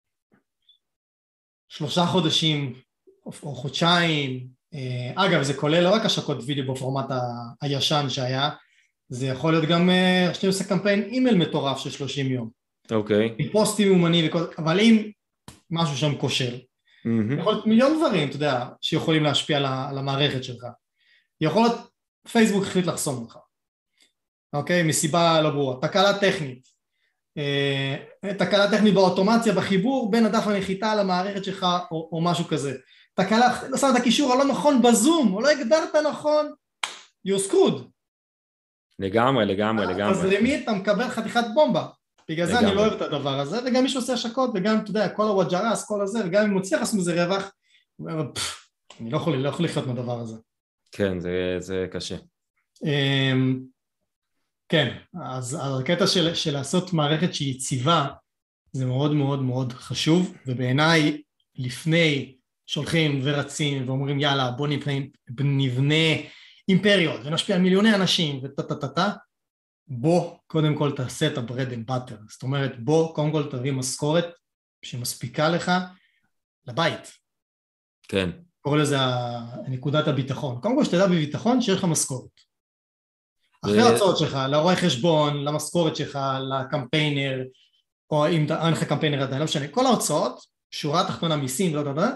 [SPEAKER 2] שלושה חודשים או חודשיים, אגב, זה כולל לא רק השקות וידאו בפורמט הישן שהיה, זה יכול להיות גם, שאתה עושה קמפיין אימייל מטורף של שלושים יום.
[SPEAKER 1] אוקיי.
[SPEAKER 2] עם פוסטים אומני וכל, אבל אם משהו שם כושל, יכול להיות מיליון דברים, אתה יודע, שיכולים להשפיע על המערכת שלך. יכול להיות, פייסבוק החליט לחסום אותך. אוקיי? מסיבה לא ברורה. תקלה טכנית. תקלה טכנית באוטומציה, בחיבור בין הדף הנחיתה למערכת שלך, או, או משהו כזה. תקלה, לא שמת הקישור הלא נכון בזום, או לא הגדרת נכון, you're screwed.
[SPEAKER 1] לגמרי, לגמרי, לגמרי.
[SPEAKER 2] אז למי אתה מקבל חתיכת בומבה? בגלל זה אני לא אוהב את הדבר הזה, וגם מי שעושה השקות, וגם, אתה יודע, כל הוואג'רס, כל הזה, וגם אם הוא מצליח לעשות מזה רווח, אני לא יכול, לא יכול לחיות מהדבר הזה.
[SPEAKER 1] כן, זה, זה קשה.
[SPEAKER 2] כן, אז הקטע של, של לעשות מערכת שהיא יציבה, זה מאוד מאוד מאוד חשוב, ובעיניי, לפני שהולכים ורצים, ואומרים, יאללה, בוא נבנה אימפריות, ונשפיע על מיליוני אנשים, וטטטטה, בוא קודם כל תעשה את ה-bread and butter, זאת אומרת בוא קודם כל תביא משכורת שמספיקה לך לבית.
[SPEAKER 1] כן.
[SPEAKER 2] קורא לזה נקודת הביטחון, קודם כל שתדע בביטחון שיש לך משכורת. אחרי ההוצאות שלך, לרואי חשבון, למשכורת שלך, לקמפיינר, או אם אין לך קמפיינר עדיין, לא משנה, כל ההוצאות, שורה תחתונה מיסים, לא יודע,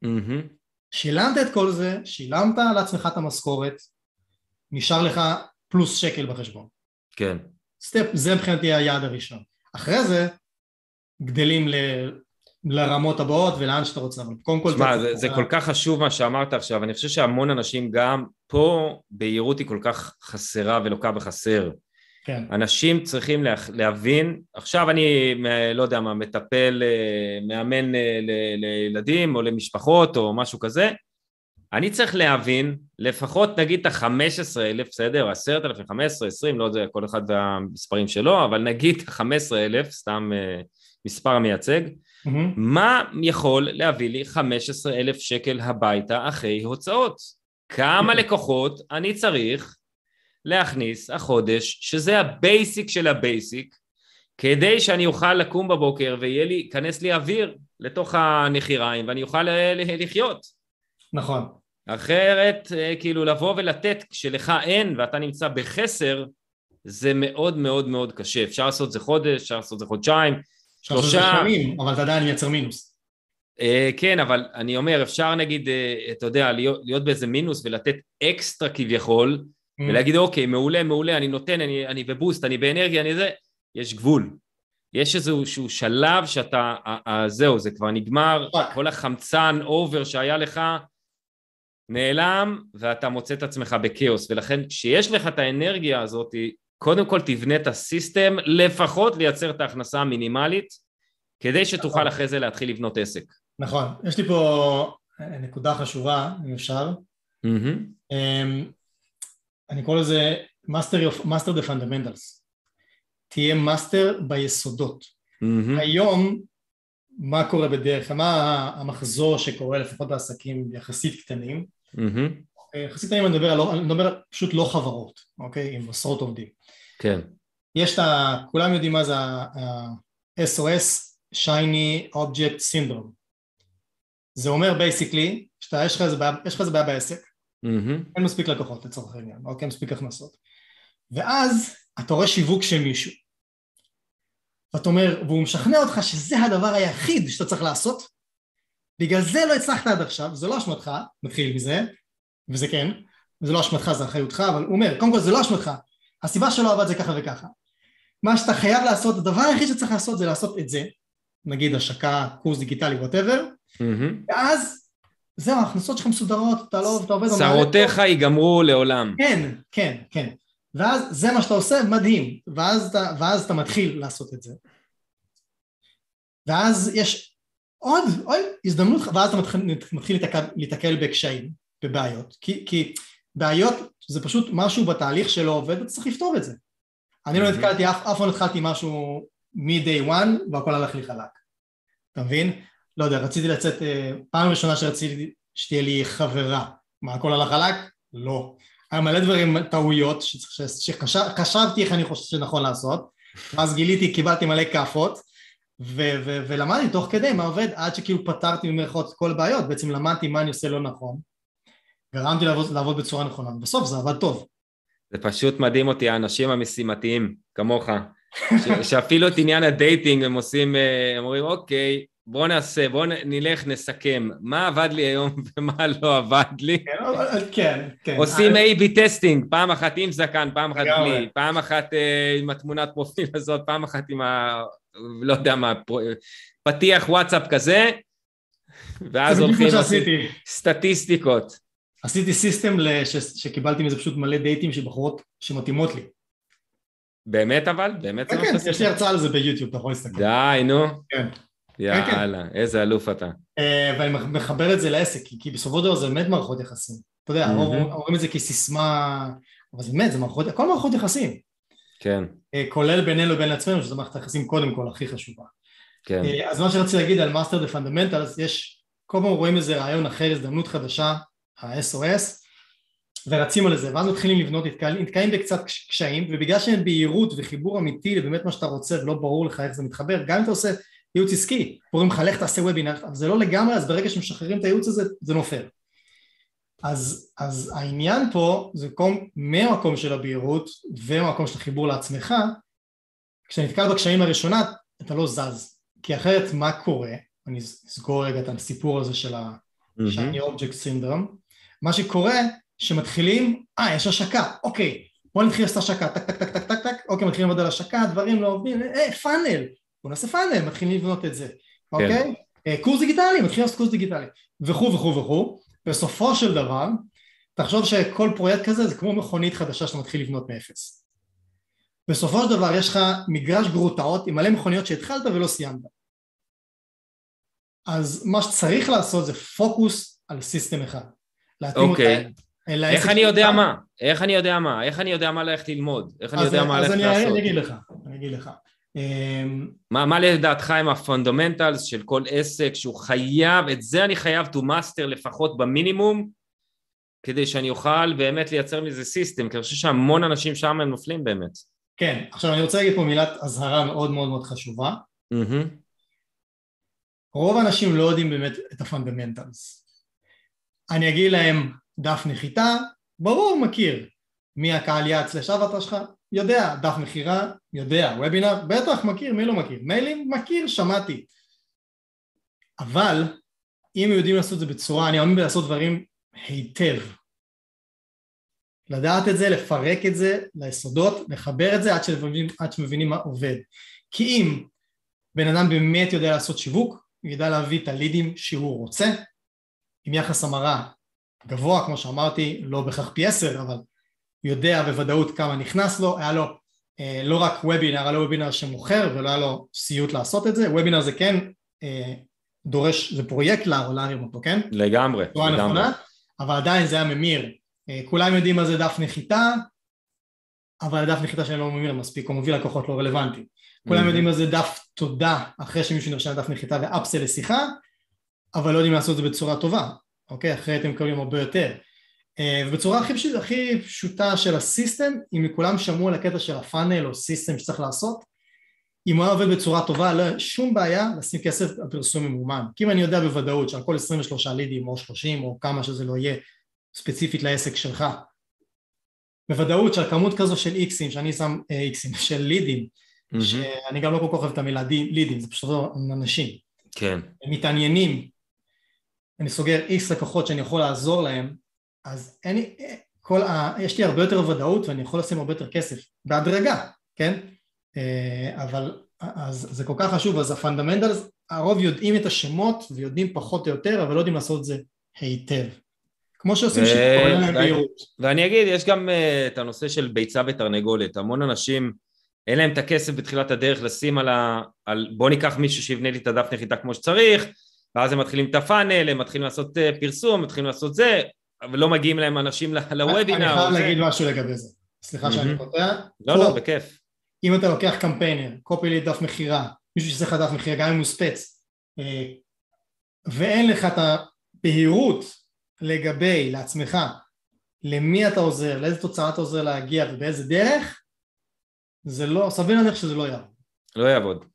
[SPEAKER 2] שילמת את כל זה, שילמת לעצמך את המשכורת, נשאר לך פלוס שקל בחשבון.
[SPEAKER 1] כן.
[SPEAKER 2] סטפ, זה מבחינתי היעד הראשון. אחרי זה, גדלים ל... לרמות הבאות ולאן שאתה רוצה. קודם כל...
[SPEAKER 1] שמה, זה, זה כל כך חשוב מה שאמרת עכשיו. אני חושב שהמון אנשים גם פה, בהירות היא כל כך חסרה ולוקה בחסר.
[SPEAKER 2] כן.
[SPEAKER 1] אנשים צריכים לה, להבין, עכשיו אני, לא יודע מה, מטפל, מאמן לילדים או למשפחות או משהו כזה, אני צריך להבין, לפחות נגיד את ה-חמישה עשר אלף, בסדר, עשרת אלפים, חמש עשרה, עשרים, לא יודע, כל אחד והמספרים שלו, אבל נגיד חמש עשרה אלף, סתם מספר המייצג, mm-hmm. מה יכול להביא לי חמישה עשר אלף שקל הביתה אחרי הוצאות? כמה לקוחות אני צריך להכניס החודש, שזה הבייסיק של הבייסיק, כדי שאני אוכל לקום בבוקר ויהיה לי, כנס לי אוויר לתוך הנחיריים, ואני אוכל לחיות.
[SPEAKER 2] נכון.
[SPEAKER 1] אחרת, כאילו לבוא ולתת כשלך אין ואתה נמצא בחסר, זה מאוד מאוד מאוד קשה. אפשר לעשות זה חודש, אפשר לעשות זה חודשיים, שלושה...
[SPEAKER 2] שנים, אבל אתה עדיין מייצר מינוס.
[SPEAKER 1] כן, אבל אני אומר, אפשר נגיד, אתה יודע, להיות, להיות באיזה מינוס ולתת אקסטרה כביכול, mm. ולהגיד, אוקיי, מעולה, מעולה, אני נותן, אני, אני בבוסט, אני באנרגיה, אני זה, יש גבול. יש איזשהו שלב שאתה, זהו, זה כבר נגמר, כל החמצן אובר שהיה לך, נעלם, ואתה מוצא את עצמך בקאוס, ולכן כשיש לך את האנרגיה הזאת, קודם כל תבנה את הסיסטם, לפחות לייצר את ההכנסה המינימלית, כדי שתוכל נכון. אחרי זה להתחיל לבנות עסק.
[SPEAKER 2] נכון, יש לי פה נקודה חשובה, אם אפשר. Mm-hmm. אני קורא לזה Master, of, Master the Fundamentals. תהיה מאסטר ביסודות. Mm-hmm. היום, מה קורה בדרך? מה המחזור שקורה לפחות בעסקים יחסית קטנים? Mm-hmm. יחסית קטנים אני מדבר, על, אני מדבר פשוט לא חברות, אוקיי? עם עשרות עובדים.
[SPEAKER 1] כן. יש
[SPEAKER 2] את ה... כולם יודעים מה זה ה-אס או אס, Shiny Object Syndrome. זה אומר בייסיקלי, שיש לך איזה בעיה בעסק, mm-hmm. אין מספיק לקוחות לצורך העניין, אוקיי? מספיק הכנסות. ואז אתה רואה שיווק של מישהו. ואתה אומר, והוא משכנע אותך שזה הדבר היחיד שאתה צריך לעשות, בגלל זה לא הצלחת עד עכשיו, זה לא אשמתך, מתחיל מזה, וזה כן, זה לא אשמתך, זה אחריותך, אבל הוא אומר, קודם כל זה לא אשמתך, הסיבה שלא עבד זה ככה וככה. מה שאתה חייב לעשות, הדבר היחיד שצריך לעשות זה לעשות את זה, נגיד השקה, קורס דיגיטלי, whatever, mm-hmm. ואז זהו, ההכנסות שלך מסודרות, אתה לא, אתה עובד...
[SPEAKER 1] צרותיך ייגמרו לעולם.
[SPEAKER 2] כן, כן, כן. ואז זה מה שאתה עושה, מדהים, ואז אתה, ואז אתה מתחיל לעשות את זה. ואז יש עוד, עוד הזדמנות, ואז אתה מתחיל, מתחיל להתקל בקשיים, בבעיות, כי, כי בעיות זה פשוט משהו בתהליך שלא עובד, אתה צריך לפתור את זה. אני לא נתקלתי, אף, אף לא התחלתי משהו מ-day one, והכל הלך לי חלק. אתה מבין? לא יודע, רציתי לצאת, פעם ראשונה שרציתי שתהיה לי חברה, מה, הכל הלך חלק? לא. היה מלא דברים, טעויות, שחשבתי איך אני חושב שנכון לעשות, ואז גיליתי, קיבלתי מלא כאפות, ו- ו- ולמדתי תוך כדי מה עובד, עד שכאילו פתרתי ממרכאות כל הבעיות, בעצם למדתי מה אני עושה לא נכון, גרמתי לעבוד, לעבוד בצורה נכונה, ובסוף זה עבד טוב.
[SPEAKER 1] זה פשוט מדהים אותי, האנשים המשימתיים, כמוך, ש- שאפילו את עניין הדייטינג הם עושים, הם אומרים, אוקיי, בוא נעשה, בוא נלך, נסכם, מה עבד לי היום ומה לא עבד לי.
[SPEAKER 2] כן, כן.
[SPEAKER 1] עושים איי בי טסטינג, פעם אחת עם זקן, פעם אחת בלי, פעם אחת עם התמונת פרופיל הזאת, פעם אחת עם ה... לא יודע מה, פתיח וואטסאפ כזה, ואז הולכים סטטיסטיקות.
[SPEAKER 2] עשיתי סיסטם שקיבלתי מזה פשוט מלא דייטים שבחורות שמתאימות לי.
[SPEAKER 1] באמת אבל? באמת זה מה
[SPEAKER 2] שעשיתי? יש לי הרצאה על זה ביוטיוב, אתה יכול להסתכל.
[SPEAKER 1] די, נו.
[SPEAKER 2] כן.
[SPEAKER 1] יאללה, איזה אלוף אתה.
[SPEAKER 2] ואני מחבר את זה לעסק, כי בסופו של דבר זה באמת מערכות יחסים. אתה יודע, אומרים את זה כסיסמה, אבל זה באמת, זה מערכות, הכל מערכות יחסים.
[SPEAKER 1] כן.
[SPEAKER 2] כולל בינינו לבין עצמנו, שזו מערכת היחסים קודם כל הכי חשובה.
[SPEAKER 1] כן.
[SPEAKER 2] אז מה שרציתי להגיד על Master the Fundamentals, יש, כל פעם רואים איזה רעיון אחר, הזדמנות חדשה, ה-אס או אס, ורצים על זה, ואז מתחילים לבנות, נתקעים בקצת קשיים, ובגלל שאין בהירות וחיבור אמיתי לבאמת מה שאתה רוצה, ולא ברור לך איך זה מתחבר, גם אם אתה עושה ייעוץ עסקי, קוראים לך לך תעשה וובינר, אבל זה לא לגמרי, אז ברגע שמשחררים את הייעוץ הזה, זה נופל. אז, אז העניין פה, זה קום מהמקום של הבהירות, ומהמקום של החיבור לעצמך, כשנתקל בקשיים הראשונה, אתה לא זז, כי אחרת מה קורה, אני אסגור רגע את הסיפור הזה של ה-Shiny Object Syndrome, מה שקורה, שמתחילים, אה, יש השקה, אוקיי, בוא נתחיל לעשות השקה, טק, טק, טק, טק, טק, טק, אוקיי, מתחילים לעבוד על השקה, הדברים לא עובדים, אה, פאנל, בוא נעשה פאנל, מתחילים לבנות את זה, אוקיי? קורס דיגיטלי, מתחילים לעשות קורס דיגיטלי, וכו' וכו' וכו', בסופו של דבר, תחשוב שכל פרויקט כזה זה כמו מכונית חדשה שאתה מתחיל לבנות מאפס. בסופו של דבר יש לך מגרש גרוטאות עם מלא מכוניות שהתחלת ולא סיימת. אז מה שצריך לעשות זה פוקוס על סיסטם אחד.
[SPEAKER 1] אוקיי. איך אני יודע מה? איך אני יודע מה? איך אני יודע מה ללכת ללמוד? איך אני יודע מה ללכת לעשות?
[SPEAKER 2] אז אני אגיד לך, אני אגיד לך.
[SPEAKER 1] מה לדעתך עם הפונדמנטלס של כל עסק שהוא חייב, את זה אני חייב to master לפחות במינימום, כדי שאני אוכל באמת לייצר מזה סיסטם, כי אני חושב שהמון אנשים שם הם נופלים באמת.
[SPEAKER 2] כן, עכשיו אני רוצה להגיד פה מילת הזהרה מאוד מאוד מאוד חשובה. רוב האנשים לא יודעים באמת את הפונדמנטלס. אני אגיד להם דף נחיתה, ברור מכיר. מי הקהל יעד סלש אבטר שלך? יודע. דף מחירה? יודע. וובינר? בטח מכיר, מי לא מכיר? מיילים? מכיר, שמעתי. אבל אם יודעים לעשות את זה בצורה, אני מאמין לעשות דברים היטב. לדעת את זה, לפרק את זה ליסודות, לחבר את זה עד שמבינים, עד שמבינים מה עובד. כי אם בן אדם באמת יודע לעשות שיווק, הוא ידע להביא את הלידים שהוא רוצה, עם יחס המרה גבוה, כמו שאמרתי, לא בכך פי עשר, אבל יודע בוודאות כמה נכנס לו, היה לו אה, לא רק וובינר, היה לו וובינר שמוכר, ולא היה לו סיוט לעשות את זה, וובינר זה כן אה, דורש, זה פרויקט להרים אותו, כן?
[SPEAKER 1] לגמרי, לגמרי. נכונה,
[SPEAKER 2] אבל עדיין זה היה ממיר, אה, כולם יודעים מה זה דף נחיתה, אבל הדף נחיתה שאני לא ממיר מספיק, הוא מביא לקוחות לא רלוונטיים, כולם יודעים מה זה דף תודה, אחרי שמישהו נרשם לדף נחיתה ואפסל לשיחה, אבל לא יודעים לעשות את זה בצורה טובה, אוקיי? אחרי אתם מקבלים הרבה יותר. ובצורה הכי, פשוט, הכי פשוטה של הסיסטם, אם כולם שמעו על הקטע של הפאנל או סיסטם שצריך לעשות, אם הוא עובד בצורה טובה, לא שום בעיה לשים כסף על פרסום ממומן. כי אם אני יודע בוודאות שעל כל עשרים ושלושה לידים או שלושים או כמה שזה לא יהיה ספציפית לעסק שלך, בוודאות של כמות כזו של איקסים, שאני שם איקסים של לידים, mm-hmm. שאני גם לא כל כך אוהב את המילה לידים, זה פשוט אנשים.
[SPEAKER 1] כן.
[SPEAKER 2] הם מתעניינים, אני סוגר איקס לקוחות שאני יכול לעזור להם, אז אין, כל ה, יש לי הרבה יותר ודאות ואני יכול לשים הרבה יותר כסף, בהדרגה, כן? אבל אז זה כל כך חשוב, אז הפונדמנטלס, הרוב יודעים את השמות ויודעים פחות או יותר, אבל לא יודעים לעשות את זה היטב. כמו שעושים שיפור, אין להם בהירות.
[SPEAKER 1] ואני אגיד, יש גם את הנושא של ביצה ותרנגולת, המון אנשים, אין להם את הכסף בתחילת הדרך לשים על ה... על, בוא ניקח מישהו שיבנה לי את הדף נחיתה כמו שצריך, ואז הם מתחילים את הפאנל, הם מתחילים לעשות פרסום, מתחילים לעשות זה, ולא מגיעים להם אנשים לוובינר.
[SPEAKER 2] אני חייב להגיד משהו לגבי זה, סליחה שאני קוטע.
[SPEAKER 1] לא, לא, בכיף.
[SPEAKER 2] אם אתה לוקח קמפיינר, קופי לי דף מחירה, מישהו שצריך דף מחירה, גם אם הוא ספץ, ואין לך את הבהירות לגבי, לעצמך, למי אתה עוזר, לאיזה תוצאה אתה עוזר להגיע ובאיזה דרך, זה לא, סביר להניח שזה לא יעבוד.
[SPEAKER 1] לא יעבוד.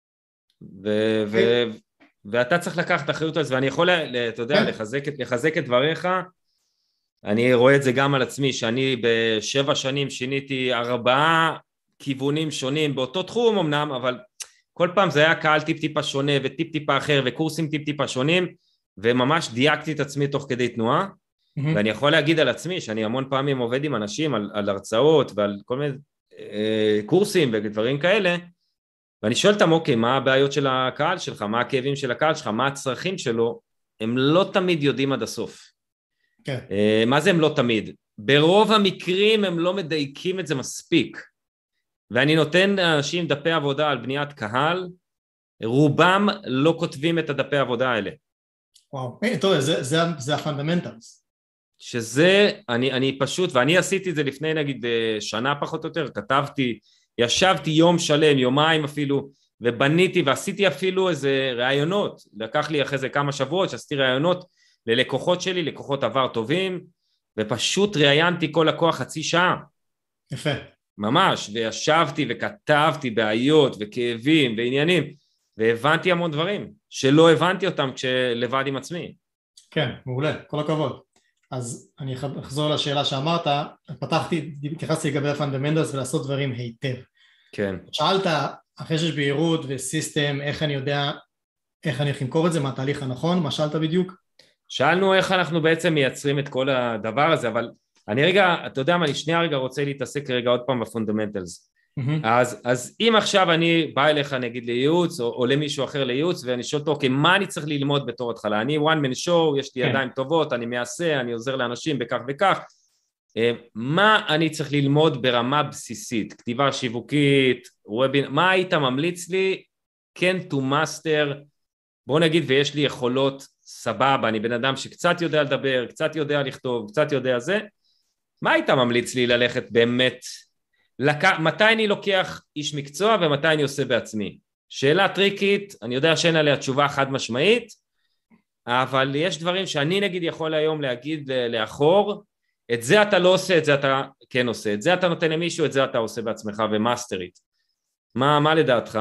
[SPEAKER 1] ו- ו- ואתה צריך לקחת את האחריות הזה, ואני יכול, אתה יודע, לחזק, לחזק את דבריך, אני רואה את זה גם על עצמי, שאני בשבע שנים שיניתי ארבעה כיוונים שונים באותו תחום אמנם, אבל כל פעם זה היה קהל טיפ טיפה שונה וטיפ טיפה אחר וקורסים טיפ טיפה שונים, וממש דייקתי את עצמי תוך כדי תנועה, mm-hmm. ואני יכול להגיד על עצמי שאני המון פעמים עובד עם אנשים על, על הרצאות ועל כל מיני אה, קורסים ודברים כאלה, ואני שואל אותם, אוקיי, מה הבעיות של הקהל שלך, מה הכאבים של הקהל שלך, מה הצרכים שלו, הם לא תמיד יודעים עד הסוף.
[SPEAKER 2] כן.
[SPEAKER 1] אה, מה זה הם לא תמיד? ברוב המקרים הם לא מדייקים את זה מספיק, ואני נותן לאנשים דפי עבודה על בניית קהל, רובם לא כותבים את הדפי העבודה האלה.
[SPEAKER 2] וואו, hey, טוב, זה, זה, זה הפונדמנטלס.
[SPEAKER 1] שזה, אני, אני פשוט, ואני עשיתי את זה לפני נגיד שנה פחות או יותר, כתבתי, ישבתי יום שלם, יומיים אפילו, ובניתי ועשיתי אפילו איזה רעיונות, לקח לי אחרי זה כמה שבועות, שעשיתי רעיונות ללקוחות שלי, לקוחות עבר טובים, ופשוט ראיינתי כל לקוח חצי שעה.
[SPEAKER 2] יפה.
[SPEAKER 1] ממש, וישבתי וכתבתי בעיות וכאבים ועניינים, והבנתי המון דברים, שלא הבנתי אותם כשלבד עם עצמי.
[SPEAKER 2] כן, מעולה, כל הכבוד. אז אני אחזור לשאלה שאמרת, פתחתי, התייחסתי לגבי הפונדמנטלס ולעשות דברים היטב.
[SPEAKER 1] כן.
[SPEAKER 2] שאלת, אחרי שיש בהירות וסיסטם, איך אני יודע, איך אני אמכור את זה, מה התהליך הנכון, מה שאלת בדיוק?
[SPEAKER 1] שאלנו איך אנחנו בעצם מייצרים את כל הדבר הזה, אבל אני רגע, אתה יודע מה, אני שנייה רגע רוצה להתעסק רגע עוד פעם בפונדמנטלס. Mm-hmm. אז, אז אם עכשיו אני בא אליך נגיד לייעוץ, או, או למישהו אחר לייעוץ, ואני שואל אותו, אוקיי, מה אני צריך ללמוד בתור התחלה? אני one man show, יש לי כן. ידיים טובות, אני מעשה, אני עוזר לאנשים בכך וכך, מה אני צריך ללמוד ברמה בסיסית? כתיבה שיווקית, וובינר, מה היית ממליץ לי? כן to master, בוא נגיד ויש לי יכולות סבבה, אני בן אדם שקצת יודע לדבר, קצת יודע לכתוב, קצת יודע זה, מה היית ממליץ לי ללכת באמת, לק... מתי אני לוקח איש מקצוע ומתי אני עושה בעצמי? שאלה טריקית, אני יודע שאין עליה תשובה חד משמעית, אבל יש דברים שאני נגיד יכול היום להגיד לאחור, את זה אתה לא עושה, את זה אתה כן עושה, את זה אתה נותן למישהו, את זה אתה עושה בעצמך ומאסטרית. מה, מה לדעתך?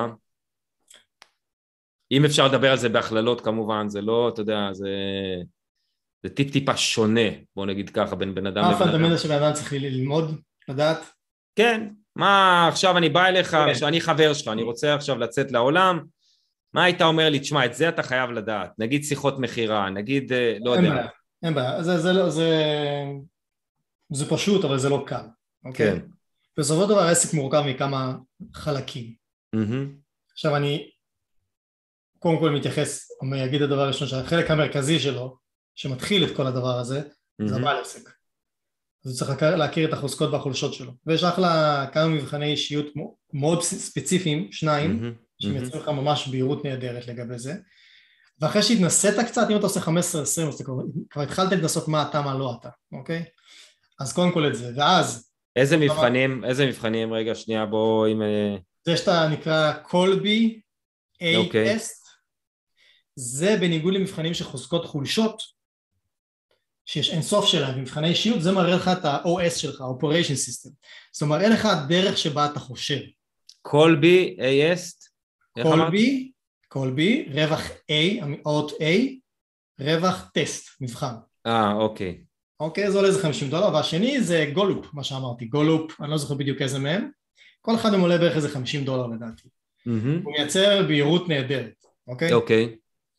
[SPEAKER 1] אם אפשר לדבר על זה בהכללות כמובן, זה לא, אתה יודע, זה, זה טיפ טיפה שונה, בוא נגיד ככה, בין בן אדם לבן אדם.
[SPEAKER 2] מה הפונדמנטל שבן אדם צריך ללמוד, לדעת?
[SPEAKER 1] כן, מה עכשיו אני בא אליך, שאני חבר שלך, אני רוצה עכשיו לצאת לעולם, מה היית אומר לי, תשמע, את זה אתה חייב לדעת, נגיד שיחות מחירה, נגיד, לא יודע.
[SPEAKER 2] אין בעיה, אין בעיה, זה, זה, זה, זה, זה פשוט, אבל זה לא קל.
[SPEAKER 1] כן.
[SPEAKER 2] בסופו של דבר העסק מורכב מכמה חלקים. עכשיו אני קודם כל מתייחס, אני אגיד את הדבר הראשון, שהחלק המרכזי שלו, שמתחיל את כל הדבר הזה, זה הבעל עסק. אז הוא צריך להכיר את החוזקות והחולשות שלו. ויש לך לה כמה מבחני אישיות מאוד ספציפיים, שניים, שמייצרים לך ממש בהירות נהדרת לגבי זה. ואחרי שהתנסית קצת, אם אתה עושה חמש עשרה עשרים, אז כבר התחלת לנסות מה אתה, מה לא אתה, אוקיי? אז קודם כל את זה, ואז...
[SPEAKER 1] איזה מבחנים, איזה מבחנים, רגע, שנייה, בוא עם...
[SPEAKER 2] זה שאתה נקרא קולבי, A-Test, זה בניגוד למבחנים של חוזקות חולשות, שיש אינסוף שלהם, במבחני אישיות, זה מראה לך את ה-או אס שלך, Operation System. זה מראה לך הדרך שבה אתה חושב.
[SPEAKER 1] קולבי, A-Test?
[SPEAKER 2] קולבי, קולבי, רווח A, אות A, רווח טסט, מבחן.
[SPEAKER 1] אה, אוקיי.
[SPEAKER 2] אוקיי, זה עולה איזה חמישים דולר, והשני זה גולופ, מה שאמרתי, גולופ, אני לא זוכר בדיוק איזה מהם, כל אחד הם עולה בערך איזה חמישים דולר לדעתי. הוא מייצר בהירות נהדרת, אוקיי?
[SPEAKER 1] אוקיי.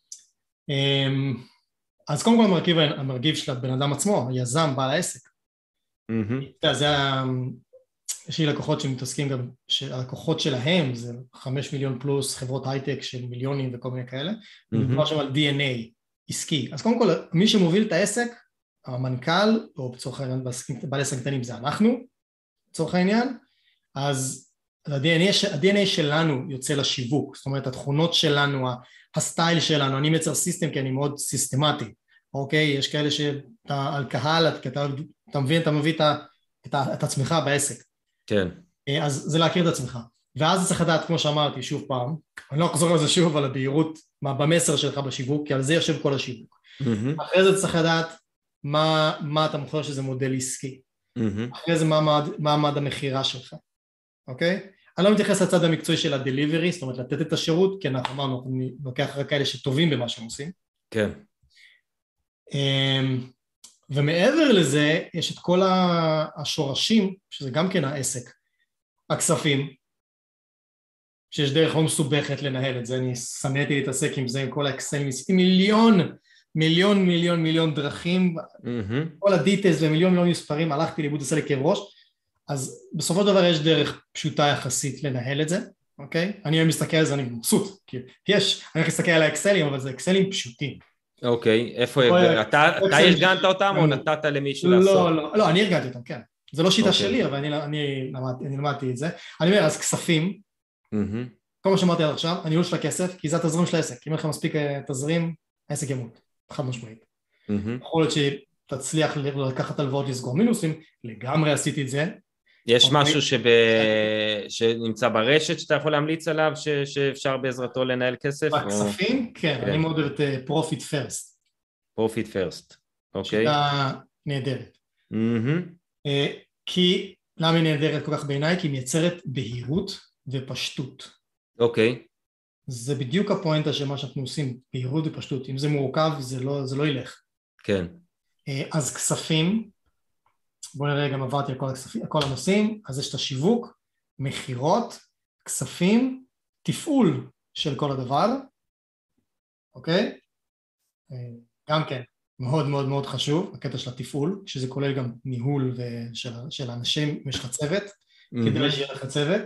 [SPEAKER 2] אז קודם כל המרכיב, המרכיב של הבן אדם עצמו, היזם, בעל העסק. זה, יש לי לקוחות שמתעסקים גם, שהלקוחות שלהם זה חמש מיליון פלוס חברות הייטק של מיליונים וכל מיני כאלה, ומדובר שם על די אן איי עסקי. אז קודם כל, מי שמוביל את העסק, המנכ"ל, או בצורך העניין בעלי עסקים קטנים זה אנחנו, בצורך העניין, אז ה-די אן איי, ה-די אן איי שלנו יוצא לשיווק, זאת אומרת התכונות שלנו, הסטייל שלנו, אני מייצר סיסטם כי אני מאוד סיסטמטי, אוקיי? יש כאלה שאתה על קהל, אתה, אתה מבין, אתה מביא את, את, את עצמך בעסק.
[SPEAKER 1] כן.
[SPEAKER 2] אז זה להכיר את עצמך. ואז צריך לדעת, כמו שאמרתי, שוב פעם, אני לא אחזור על זה שוב, על הבהירות, במסר שלך בשיווק, כי על זה יושב כל השיווק. Mm-hmm. אחרי זה צריך לדעת מה, מה אתה מוכר שזה מודל עסקי. Mm-hmm. אחרי זה מה מעמד, מה מעמד המחירה שלך. אוקיי? אני לא מתייחס לצד המקצועי של הדליברי, זאת אומרת, לתת את השירות, כי אנחנו אמרנו, אני לוקח רק כאלה שטובים במה שהם עושים.
[SPEAKER 1] כן.
[SPEAKER 2] ומעבר לזה, יש את כל השורשים, שזה גם כן העסק, הכספים, שיש דרך לא מסובכת לנהל את זה, אני שנאתי להתעסק עם זה, עם כל האקסלים, עשיתי מיליון, מיליון, מיליון, מיליון דרכים, mm-hmm. כל הדיטייז ומיליון מיליון מספרים, הלכתי לאיבוד, עשה לי כאב ראש, אז בסופו של דבר יש דרך פשוטה יחסית לנהל את זה, אוקיי? אני מסתכל על זה, אני מבסוט, כי יש, אני הולך להסתכל על האקסלים, אבל זה אקסלים פשוטים.
[SPEAKER 1] אוקיי, איפה, אתה ארגנת אותם או נתת למישהו לעשות?
[SPEAKER 2] לא, לא, לא, אני ארגנתי אותם, כן. זה לא שיטה שלי, אבל אני למדתי את זה. אני אומר, אז כספים, כל מה שאמרתי עד עכשיו, הניהול של הכסף, כי זה התזרים של העסק. אם אין לך מספיק תזרים, העסק ימות, חד משמעית. יכול להיות שתצליח לקחת הלוואות לסגור מינוסים, לגמרי עשיתי את זה.
[SPEAKER 1] יש משהו שנמצא ברשת שאתה יכול להמליץ עליו, שאפשר בעזרתו לנהל כסף?
[SPEAKER 2] בכספים? כן, אני מאוד אוהב את Profit First.
[SPEAKER 1] Profit First, אוקיי.
[SPEAKER 2] שיטה נהדרת. כי, למה היא נהדרת כל כך בעיניי? כי היא מייצרת בהירות ופשטות.
[SPEAKER 1] אוקיי.
[SPEAKER 2] זה בדיוק הפואנטה של מה שאנחנו עושים, בהירות ופשטות. אם זה מורכב, זה לא, זה לא ילך.
[SPEAKER 1] כן.
[SPEAKER 2] אז כספים, בואו נראה, גם עברתי על כל, הכספים, כל הנושאים, אז יש את השיווק, מחירות, כספים, תפעול של כל הדבר, אוקיי? גם כן, מאוד מאוד מאוד חשוב, הקטע של התפעול, שזה כולל גם ניהול של, של האנשים, אם יש לך צוות, mm-hmm. כדי שיהיה לך צוות.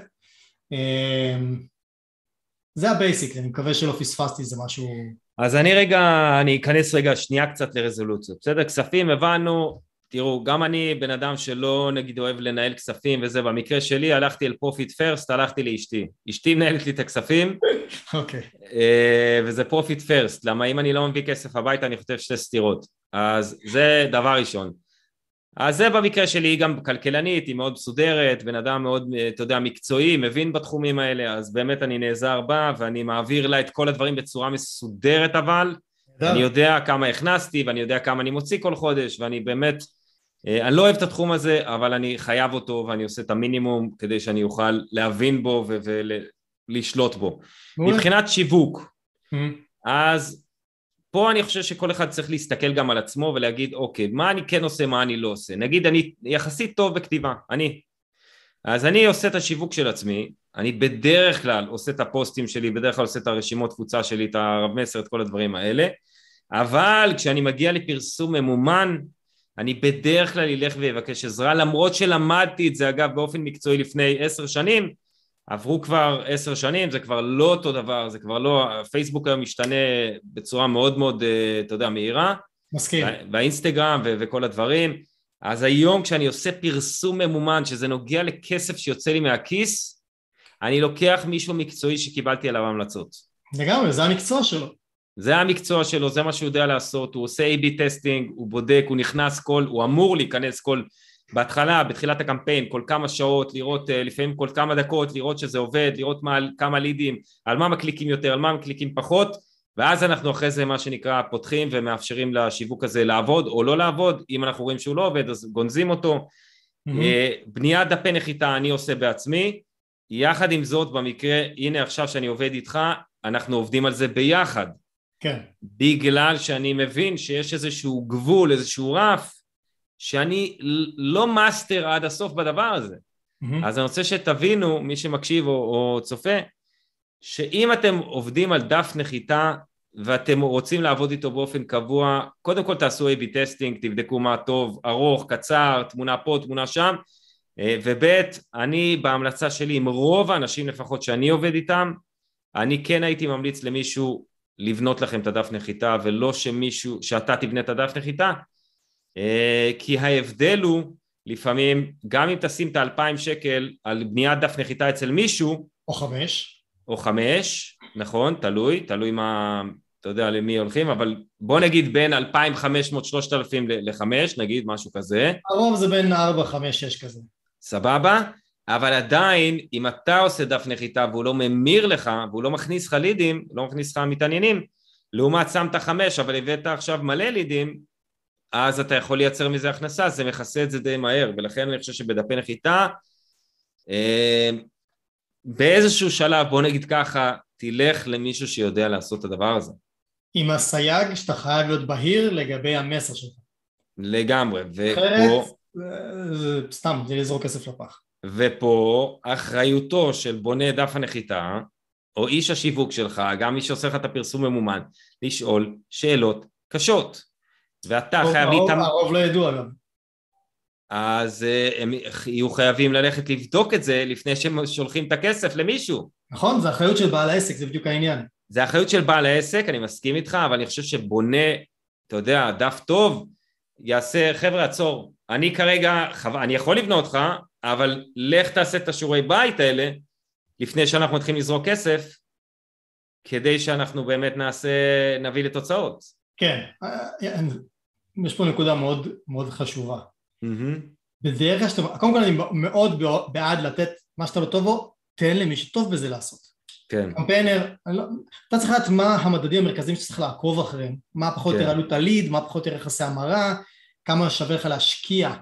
[SPEAKER 2] זה הבייסיק, אני מקווה שלא פספסתי, זה משהו...
[SPEAKER 1] אז אני רגע, אני אכנס רגע שנייה קצת לרזולוציות, בסדר? כספים, הבנו, תראו, גם אני בן אדם שלא נגיד אוהב לנהל כספים וזה, במקרה שלי הלכתי אל Profit First, הלכתי לאשתי. אשתי מנהלת לי את הכספים,
[SPEAKER 2] אוקיי.
[SPEAKER 1] וזה Profit First, למה אם אני לא מביא כסף הביתה אני חוטף שתי סתירות. אז זה דבר ראשון. אז זה במקרה שלי, היא גם כלכלנית, היא מאוד מסודרת, בן אדם מאוד, אתה יודע, מקצועי, מבין בתחומים האלה, אז באמת אני נעזר בה, ואני מעביר לה את כל הדברים בצורה מסודרת, אבל אני יודע כמה הכנסתי, ואני יודע כמה אני מוציא כל חודש, ואני באמת, אני לא אוהב את התחום הזה, אבל אני חייב אותו, ואני עושה את המינימום, כדי שאני אוכל להבין בו, ולשלוט בו. מבחינת שיווק, אז פה אני חושב שכל אחד צריך להסתכל גם על עצמו ולהגיד, אוקיי, מה אני כן עושה, מה אני לא עושה. נגיד, אני יחסית טוב בכתיבה, אני. אז אני עושה את השיווק של עצמי, אני בדרך כלל עושה את הפוסטים שלי, בדרך כלל עושה את הרשימות תפוצה שלי, את הרב מסר, את כל הדברים האלה, אבל כשאני מגיע לפרסום ממומן, אני בדרך כלל ילך ויבקש עזרה, למרות שלמדתי את זה, אגב, באופן מקצועי לפני עשר שנים, עברו כבר עשר שנים, זה כבר לא אותו דבר, זה כבר לא, הפייסבוק היום משתנה בצורה מאוד מאוד, אתה יודע, מהירה.
[SPEAKER 2] מסכים.
[SPEAKER 1] והאינסטגרם ו- וכל הדברים. אז היום כשאני עושה פרסום ממומן, שזה נוגע לכסף שיוצא לי מהכיס, אני לוקח מישהו מקצועי שקיבלתי עליו המלצות.
[SPEAKER 2] לגמרי, זה המקצוע שלו.
[SPEAKER 1] זה המקצוע שלו, זה מה שהוא יודע לעשות, הוא עושה איי בי טסטינג, הוא בודק, הוא נכנס כל, הוא אמור להיכנס כל... בהתחלה, בתחילת הקמפיין, כל כמה שעות, לראות, לפעמים כל כמה דקות, לראות שזה עובד, לראות מה, כמה לידים, על מה מקליקים יותר, על מה מקליקים פחות, ואז אנחנו אחרי זה מה שנקרא פותחים ומאפשרים לשיווק הזה לעבוד או לא לעבוד, אם אנחנו רואים שהוא לא עובד אז גונזים אותו. Mm-hmm. בניית דפי נחיתה אני עושה בעצמי, יחד עם זאת במקרה, הנה עכשיו שאני עובד איתך, אנחנו עובדים על זה ביחד.
[SPEAKER 2] כן.
[SPEAKER 1] בגלל שאני מבין שיש איזשהו גבול, איזשהו רף, שאני לא מאסטר עד הסוף בדבר הזה. Mm-hmm. אז אני רוצה שתבינו, מי שמקשיב או, או צופה, שאם אתם עובדים על דף נחיתה, ואתם רוצים לעבוד איתו באופן קבוע, קודם כל תעשו איי בי טסטינג, תבדקו מה טוב, ארוך, קצר, תמונה פה, תמונה שם, ובית, אני בהמלצה שלי, עם רוב האנשים לפחות שאני עובד איתם, אני כן הייתי ממליץ למישהו לבנות לכם את הדף נחיתה, ולא שמישהו, שאתה תבנה את הדף נחיתה, כי ההבדל הוא, לפעמים, גם אם תשים את האלפיים שקל על בניית דף נחיתה אצל מישהו,
[SPEAKER 2] או חמש.
[SPEAKER 1] או חמש, נכון, תלוי, תלוי מה, אתה יודע למי הולכים, אבל בוא נגיד בין אלפיים וחמש מאות שלושת אלפים ל-חמש, נגיד משהו כזה.
[SPEAKER 2] הרוב זה בין ארבע, חמש, שש כזה.
[SPEAKER 1] סבבה? אבל עדיין, אם אתה עושה דף נחיתה והוא לא ממיר לך, והוא לא מכניס לך לידים, לא מכניס לך מתעניינים, לעומת שמת חמש, אבל הבאת עכשיו מלא לידים, אז אתה יכול לייצר מזה הכנסה, זה מכסה את זה די מהר, ולכן אני חושב שבדפי נחיתה, אה, באיזשהו שלב, בוא נגיד ככה, תלך למישהו שיודע לעשות את הדבר הזה.
[SPEAKER 2] עם הסייג שאתה חייב להיות בהיר לגבי המסר שלך.
[SPEAKER 1] לגמרי,
[SPEAKER 2] אחרת,
[SPEAKER 1] ופה...
[SPEAKER 2] זה סתם, זה לזרוק כסף לפח.
[SPEAKER 1] ופה אחריותו של בונה דף הנחיתה, או איש השיווק שלך, גם מי שעושה לך את הפרסום ממומן, לשאול שאלות קשות. ואתה חייב להתאמן...
[SPEAKER 2] הרוב לא ידוע גם.
[SPEAKER 1] אז הם יהיו חייבים ללכת לבדוק את זה לפני שהם שולחים את הכסף למישהו.
[SPEAKER 2] נכון, זה אחריות של בעל העסק, זה בדיוק העניין.
[SPEAKER 1] זה אחריות של בעל העסק, אני מסכים איתך, אבל אני חושב שבונה, אתה יודע, דף טוב, יעשה, חבר'ה, עצור, אני כרגע, אני יכול לבנות אותך, אבל לך תעשה את השיעורי בית האלה, לפני שאנחנו מתחילים לזרוק כסף, כדי שאנחנו באמת נעשה, נביא לתוצאות.
[SPEAKER 2] כן, יש פה נקודה מאוד, מאוד חשובה.
[SPEAKER 1] Mm-hmm.
[SPEAKER 2] בדרך כלל שאתה, קודם כל אני מאוד בעד לתת מה שאתה לא טוב בו, תן למי שטוב בזה לעשות.
[SPEAKER 1] כן.
[SPEAKER 2] קמפיינר, לא, אתה צריך לדעת מה המדדים המרכזיים שצריך לעקוב אחריהם, מה פחות
[SPEAKER 1] כן.
[SPEAKER 2] יותר עלות הליד, מה פחות יותר יחסי המרה, כמה שווה לך להשקיע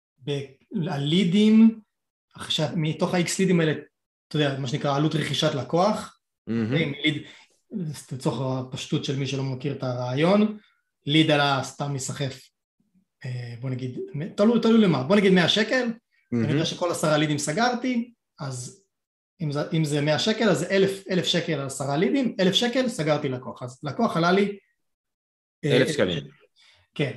[SPEAKER 2] בלידים, מתוך ה-X לידים האלה, אתה יודע, מה שנקרא עלות רכישת לקוח,
[SPEAKER 1] Mm-hmm.
[SPEAKER 2] ליד, לצורך הפשטות של מי שלא מכיר את הרעיון, ליד עלה סתם מסחף, בוא נגיד, תלוי, תלוי למה, בוא נגיד מאה שקל, mm-hmm. אני יודע שכל עשרה לידים סגרתי, אז אם זה, אם זה מאה שקל, אז זה אלף, אלף שקל על עשרה לידים, אלף שקל סגרתי לקוח, אז לקוח עלה לי
[SPEAKER 1] אלף שקלים.
[SPEAKER 2] כן.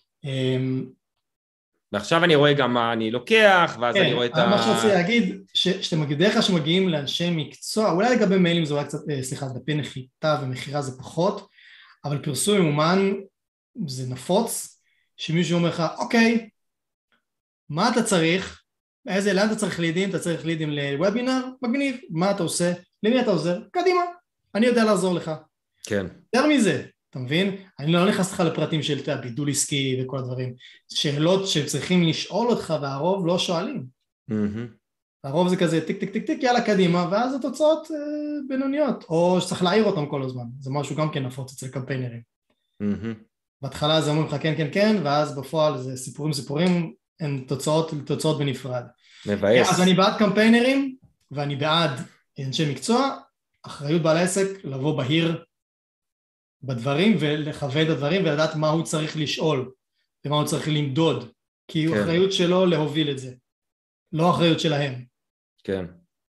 [SPEAKER 1] ועכשיו אני רואה גם מה אני לוקח, ואז
[SPEAKER 2] כן,
[SPEAKER 1] אני רואה את
[SPEAKER 2] ה...
[SPEAKER 1] ה...
[SPEAKER 2] מה שרציתי להגיד, שאתם בדרך כלל שמגיעים לאנשי מקצוע, אולי לגבי מיילים זה אולי קצת, סליחה, דפי נחיתה ומחירה זה פחות, אבל פרסום ממומן זה נפוץ, שמישהו אומר לך, אוקיי, מה אתה צריך? איזה, לאן אתה צריך לידים? אתה צריך לידים לוובינר? מגניב. מה אתה עושה? למי אתה עוזר? קדימה. אני יודע לעזור לך.
[SPEAKER 1] כן.
[SPEAKER 2] יותר מזה, אתה מבין? אני לא נכנס לך לפרטים של בידול עסקי וכל הדברים. שאלות שצריכים לשאול אותך והרוב לא שואלים.
[SPEAKER 1] Mm-hmm.
[SPEAKER 2] הרוב זה כזה טיק טיק טיק טיק, יאללה קדימה, ואז התוצאות אה, בינוניות. או שצריך להעיר אותם כל הזמן. זה משהו גם כן נפוץ אצל קמפיינרים.
[SPEAKER 1] Mm-hmm.
[SPEAKER 2] בהתחלה זה אומרים לך כן כן כן, ואז בפועל זה סיפורים סיפורים, הן תוצאות, תוצאות בנפרד.
[SPEAKER 1] מבאס.
[SPEAKER 2] אז אני בעד קמפיינרים, ואני בעד אנשי מקצוע, אחריות בעל העסק, לבוא בהיר בדברים, ולכוון את הדברים, ולדעת מה הוא צריך לשאול, ומה הוא צריך למדוד, כי הוא
[SPEAKER 1] כן.
[SPEAKER 2] אחריות שלו להוביל את זה, לא אחריות שלהם.
[SPEAKER 1] כן.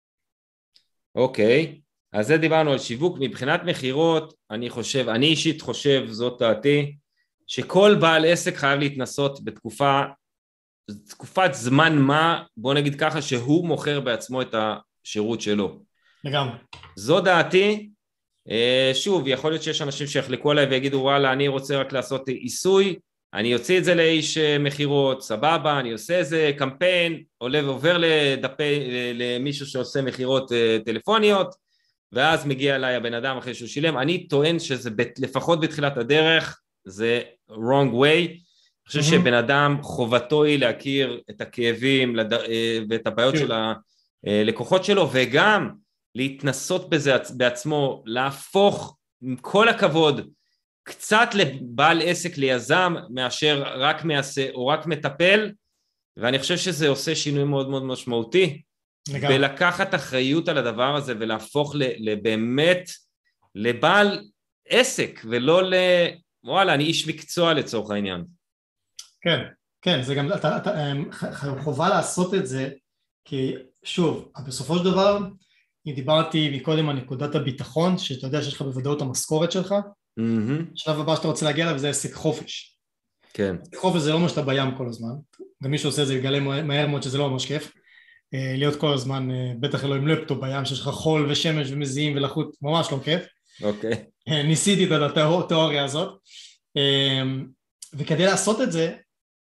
[SPEAKER 1] אוקיי, אז זה דיברנו על שיווק. מבחינת מחירות, אני חושב, אני אישית חושב, זאת דעתי, שכל בעל עסק חייב להתנסות בתקופה, תקופת זמן מה, בוא נגיד ככה, שהוא מוכר בעצמו את השירות שלו.
[SPEAKER 2] לגמרי.
[SPEAKER 1] זו דעתי. שוב, יכול להיות שיש אנשים שיחלקו עליי ויגידו, וואלה, אני רוצה רק לעשות עיסוי, אני יוצא את זה לאיש מחירות, סבבה, אני עושה איזה קמפיין, עולה ועובר לדפי, למישהו שעושה מחירות טלפוניות, ואז מגיע אליי הבן אדם אחרי שהוא שילם. אני טוען שזה לפחות בתחילת הדרך, זה wrong way. אני חושב שבן אדם חובתו היא להכיר את הכאבים ואת הבעיות של הלקוחות שלו, וגם להתנסות בזה בעצמו, להפוך עם כל הכבוד קצת לבעל עסק, ליזם, מאשר רק מעשה או רק מטפל, ואני חושב שזה עושה שינוי מאוד מאוד משמעותי, לגמרי. ולקחת אחריות על הדבר הזה ולהפוך באמת לבעל עסק, ולא ל... וואלה, אני איש מקצוע לצורך העניין.
[SPEAKER 2] כן, כן, זה גם, אתה, אתה, חובה לעשות את זה, כי שוב, בסופו של דבר, אם דיברתי מקודם על נקודת הביטחון, שאתה יודע שיש לך בוודאות המשכורת שלך,
[SPEAKER 1] mm-hmm.
[SPEAKER 2] השלב הבא שאתה רוצה להגיע אליו זה עסק חופש.
[SPEAKER 1] כן.
[SPEAKER 2] עסק חופש זה לא מה שאתה בים כל הזמן, גם מי שעושה זה יגלה מהר מאוד שזה לא ממש כיף, להיות כל הזמן, בטח לא עם לפטופ בים, שיש לך חול ושמש ומזיעים ולחות, ממש לא כיף.
[SPEAKER 1] אוקיי.
[SPEAKER 2] ניסיתי את התיאוריה הזאת, וכדי לעשות את זה,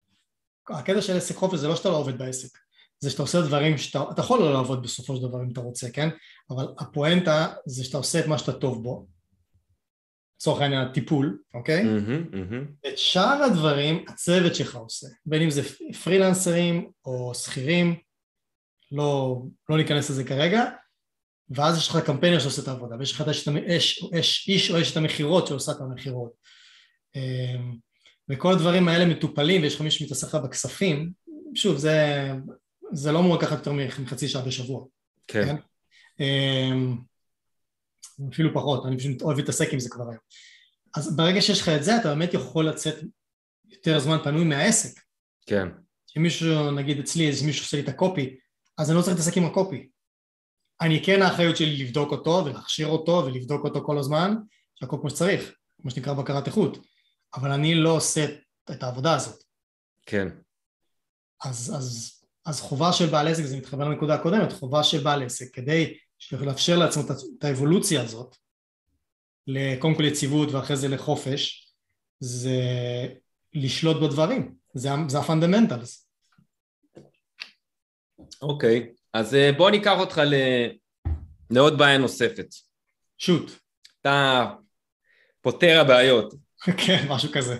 [SPEAKER 2] הקטע של עסק חופש זה לא שאתה לא עובד בעסק, זה שאתה עושה דברים שאתה, אתה יכול לא לעבוד בסופו של דבר אם אתה רוצה, כן? אבל הפואנטה זה שאתה עושה את מה שאתה טוב בו, לצורך העניין הטיפול, אוקיי?
[SPEAKER 1] Mm-hmm, mm-hmm.
[SPEAKER 2] את שאר הדברים הצוות שלך עושה, בין אם זה פרילנסרים או שכירים, לא, לא ניכנס לזה כרגע, ואז יש לך קמפיינר שעושה את העבודה, ויש לך את איש או אשת המחירות שעושה את המחירות, וכל הדברים האלה מטופלים, ויש לך מי שמתעסק לך בכספים, שוב, זה, זה לא אמור לקחת יותר מחצי שעה בשבוע.
[SPEAKER 1] כן.
[SPEAKER 2] כן? אפילו פחות, אני פשוט אוהב להתעסק עם זה כבר היום. אז ברגע שיש לך את זה, אתה באמת יכול לצאת יותר זמן פנוי מהעסק.
[SPEAKER 1] כן.
[SPEAKER 2] שמישהו, נגיד אצלי, אז מישהו עושה לי את הקופי, אז אני לא צריך להתעסק עם הקופי. אני כן האחריות שלי לבדוק אותו, ולהכשיר אותו, ולבדוק אותו כל הזמן, שהכל כמו שצריך, כמו שנקרא בקרת איכות. אבל אני לא עושה את העבודה הזאת.
[SPEAKER 1] כן.
[SPEAKER 2] אז, אז, אז חובה של בעל עסק, זה מתחבר לנקודה הקודמת, חובה של בעל עסק, כדי לאפשר לעצמו את האבולוציה הזאת, לקודם כל יציבות ואחרי זה לחופש, זה לשלוט בדברים, זה, זה הפונדמנטלס.
[SPEAKER 1] אוקיי, אז בוא ניקח אותך ל... לעוד בעיה נוספת.
[SPEAKER 2] שוט.
[SPEAKER 1] אתה פותר הבעיות.
[SPEAKER 2] כן, משהו כזה.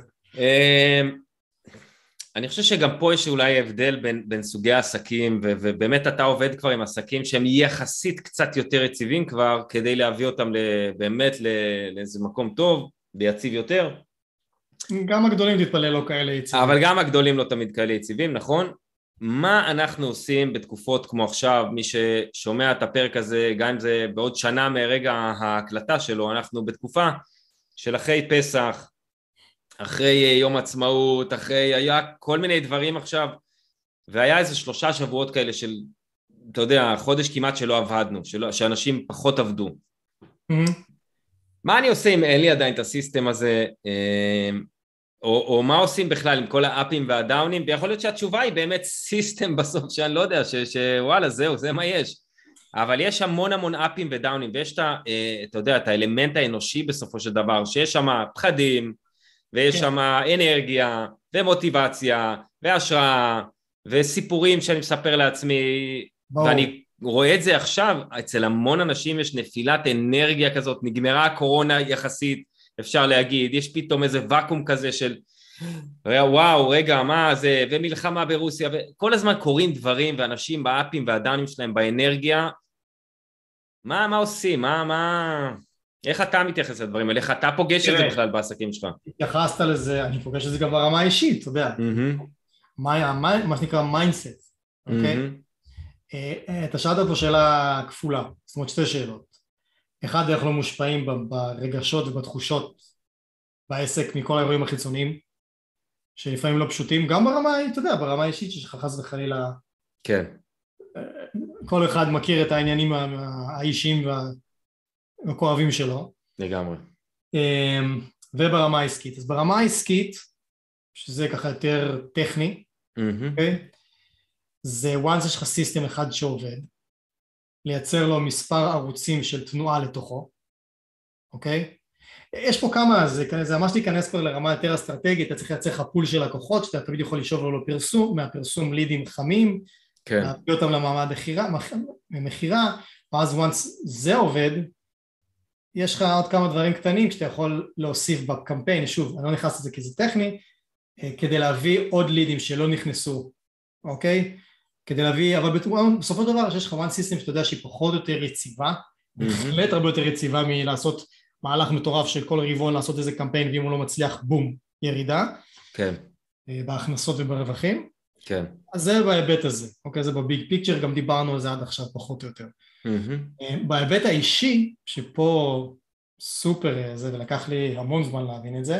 [SPEAKER 1] אני חושב שגם פה יש אולי הבדל בין, בין סוגי העסקים, ו, ובאמת אתה עובד כבר עם עסקים שהם יחסית קצת יותר יציבים כבר, כדי להביא אותם באמת לאיזה מקום טוב, ויציב יותר.
[SPEAKER 2] גם הגדולים תתפלל לא כאלה יציבים.
[SPEAKER 1] אבל גם הגדולים לא תמיד כאלה יציבים, נכון? מה אנחנו עושים בתקופות כמו עכשיו, מי ששומע את הפרק הזה, גם אם זה בעוד שנה מרגע ההקלטה שלו, אנחנו בתקופה של אחרי פסח, אחרי יום עצמאות, אחרי, היה כל מיני דברים עכשיו, והיה איזה שלושה שבועות כאלה של, אתה יודע, חודש כמעט שלא עבדנו, שלא, שאנשים פחות עבדו.
[SPEAKER 2] Mm-hmm.
[SPEAKER 1] מה אני עושה אם אין לי עדיין את הסיסטם הזה, או, או מה עושים בכלל עם כל האפים והדאונים, ויכול להיות שהתשובה היא באמת סיסטם בסוף, שאני לא יודע, ש, שוואלה, זהו, זה מה יש. אבל יש המון המון אפים ודאונים, ויש את, אתה יודע, את האלמנט האנושי בסופו של דבר, שיש שם פחדים, ויש שם אנרגיה, ומוטיבציה, והשראה, וסיפורים שאני מספר לעצמי, בוא. ואני רואה את זה עכשיו, אצל המון אנשים יש נפילת אנרגיה כזאת, נגמרה הקורונה יחסית, אפשר להגיד, יש פתאום איזה וקום כזה של, וואו, רגע, מה זה, ומלחמה ברוסיה, וכל הזמן קורים דברים, ואנשים באפים והדאונים שלהם באנרגיה, מה, מה עושים, מה, מה... איך אתה מתייחס לדברים האלה? איך אתה פוגש את זה בכלל בעסקים שלך?
[SPEAKER 2] התייחסת לזה, אני פוגש את זה גם ברמה האישית, אתה יודע. מה שנקרא מיינדסט, אוקיי? אתה שאלת פה שאלה כפולה, זאת אומרת שתי שאלות. אחד, איך לא מושפעים ברגשות ובתחושות בעסק מכל האירועים החיצוניים, שלפעמים לא פשוטים, גם ברמה, אתה יודע, ברמה האישית שלך חס וחלילה.
[SPEAKER 1] כן.
[SPEAKER 2] כל אחד מכיר את העניינים האישיים וה... הכואבים שלו.
[SPEAKER 1] לגמרי.
[SPEAKER 2] וברמה העסקית. אז ברמה העסקית, שזה ככה יותר טכני,
[SPEAKER 1] mm-hmm.
[SPEAKER 2] okay? זה once יש לך סיסטם אחד שעובד, לייצר לו מספר ערוצים של תנועה לתוכו, אוקיי? Okay? יש פה כמה, זה, זה ממש להיכנס כבר לרמה יותר אסטרטגית, אתה צריך לייצר לך פול של לקוחות, שאתה תמיד יכול לשאוב לו לפרסום, מהפרסום לידים חמים,
[SPEAKER 1] כן.
[SPEAKER 2] להביא אותם למעמד מחירה, ואז once זה עובד, יש לך עוד כמה דברים קטנים שאתה יכול להוסיף בקמפיין, שוב, אני לא נכנס לזה כי זה טכני, כדי להביא עוד לידים שלא נכנסו, אוקיי? כדי להביא, אבל בסופו של דבר שיש לך one system שאתה יודע שהיא פחות או יותר יציבה, בהחלט הרבה יותר יציבה מלעשות מהלך מטורף של כל רבעון לעשות איזה קמפיין, ואם הוא לא מצליח, בום, ירידה.
[SPEAKER 1] כן.
[SPEAKER 2] בהכנסות וברווחים.
[SPEAKER 1] כן.
[SPEAKER 2] אז זה בהיבט הזה, אוקיי? זה בביג פיקצ'ר, גם דיברנו על זה עד עכשיו פחות או יותר.
[SPEAKER 1] Mm-hmm.
[SPEAKER 2] בהיבט האישי, שפה סופר זה, ולקח לי המון זמן להבין את זה,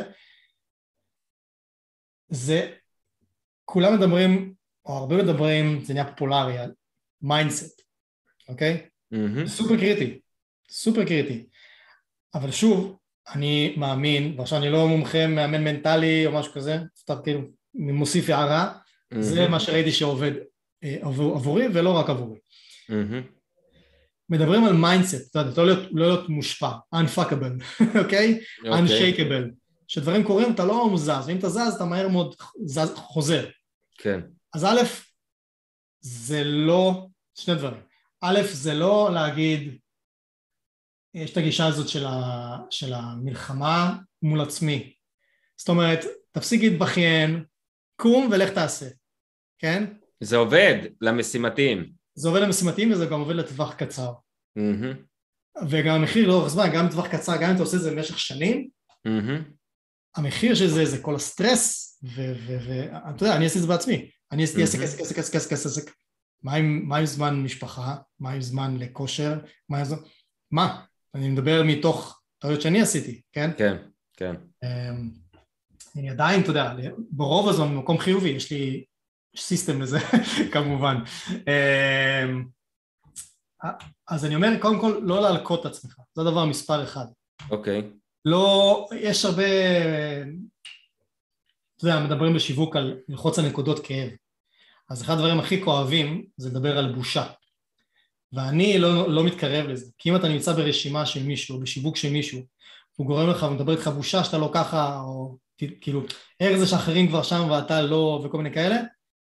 [SPEAKER 2] זה, כולם מדברים, או הרבה מדברים, זה נהיה פופולרי, על מיינדסט, אוקיי?
[SPEAKER 1] Mm-hmm.
[SPEAKER 2] סופר קריטי, סופר קריטי. אבל שוב, אני מאמין, ועכשיו אני לא מומחה מאמן מנטלי או משהו כזה, סתם כאילו מוסיף הערה, mm-hmm. זה מה שראיתי שעובד עבור, עבורי ולא רק עבורי.
[SPEAKER 1] Mm-hmm.
[SPEAKER 2] מדברים על מיינדסט, אתה יודע, לא להיות, לא להיות מושפע, unfuckable, אוקיי? Unshakeable. כשדברים קורים אתה לא מוזז, ואם אתה זז אתה מהר מאוד זז, חוזר.
[SPEAKER 1] כן.
[SPEAKER 2] אז א', זה לא, שני דברים. א', זה לא להגיד, יש את הגישה הזאת של, ה, של המלחמה מול עצמי. זאת אומרת, תפסיק להתבכיין, קום ולך תעשה, כן?
[SPEAKER 1] זה עובד למשימתיים.
[SPEAKER 2] זה עובד למשימתיים וזה גם עובד לטווח קצר.
[SPEAKER 1] Mm-hmm.
[SPEAKER 2] וגם המחיר לאורך זמן, גם לטווח קצר, גם אם אתה עושה את זה במשך שנים,
[SPEAKER 1] Mm-hmm.
[SPEAKER 2] המחיר של זה זה כל הסטרס, ואתה יודע, אני אעשה את זה בעצמי, אני עשיתי עסק, עסק, עסק, עסק, עסק, עסק, עסק, מה עם זמן משפחה, מה עם זמן לכושר, מה עם זמן, מה? אני מדבר מתוך טעויות שאני עשיתי, כן?
[SPEAKER 1] כן, כן.
[SPEAKER 2] אני עדיין, אתה יודע, ברוב הזמן במקום חיובי, יש לי סיסטם לזה, כמובן. אז אני אומר, קודם כל, לא להלקות את עצמך, זה הדבר מספר אחד.
[SPEAKER 1] אוקיי.
[SPEAKER 2] לא, יש הרבה, אתה יודע, מדברים בשיווק על ללחוץ על נקודות כאב. אז אחד הדברים הכי כואבים זה לדבר על בושה. ואני לא, לא מתקרב לזה. כי אם אתה נמצא ברשימה של מישהו, בשיווק של מישהו, הוא גורם לך ומדבר איתך בושה שאתה לא ככה, או כאילו, איך זה שאחרים כבר שם ואתה לא, וכל מיני כאלה,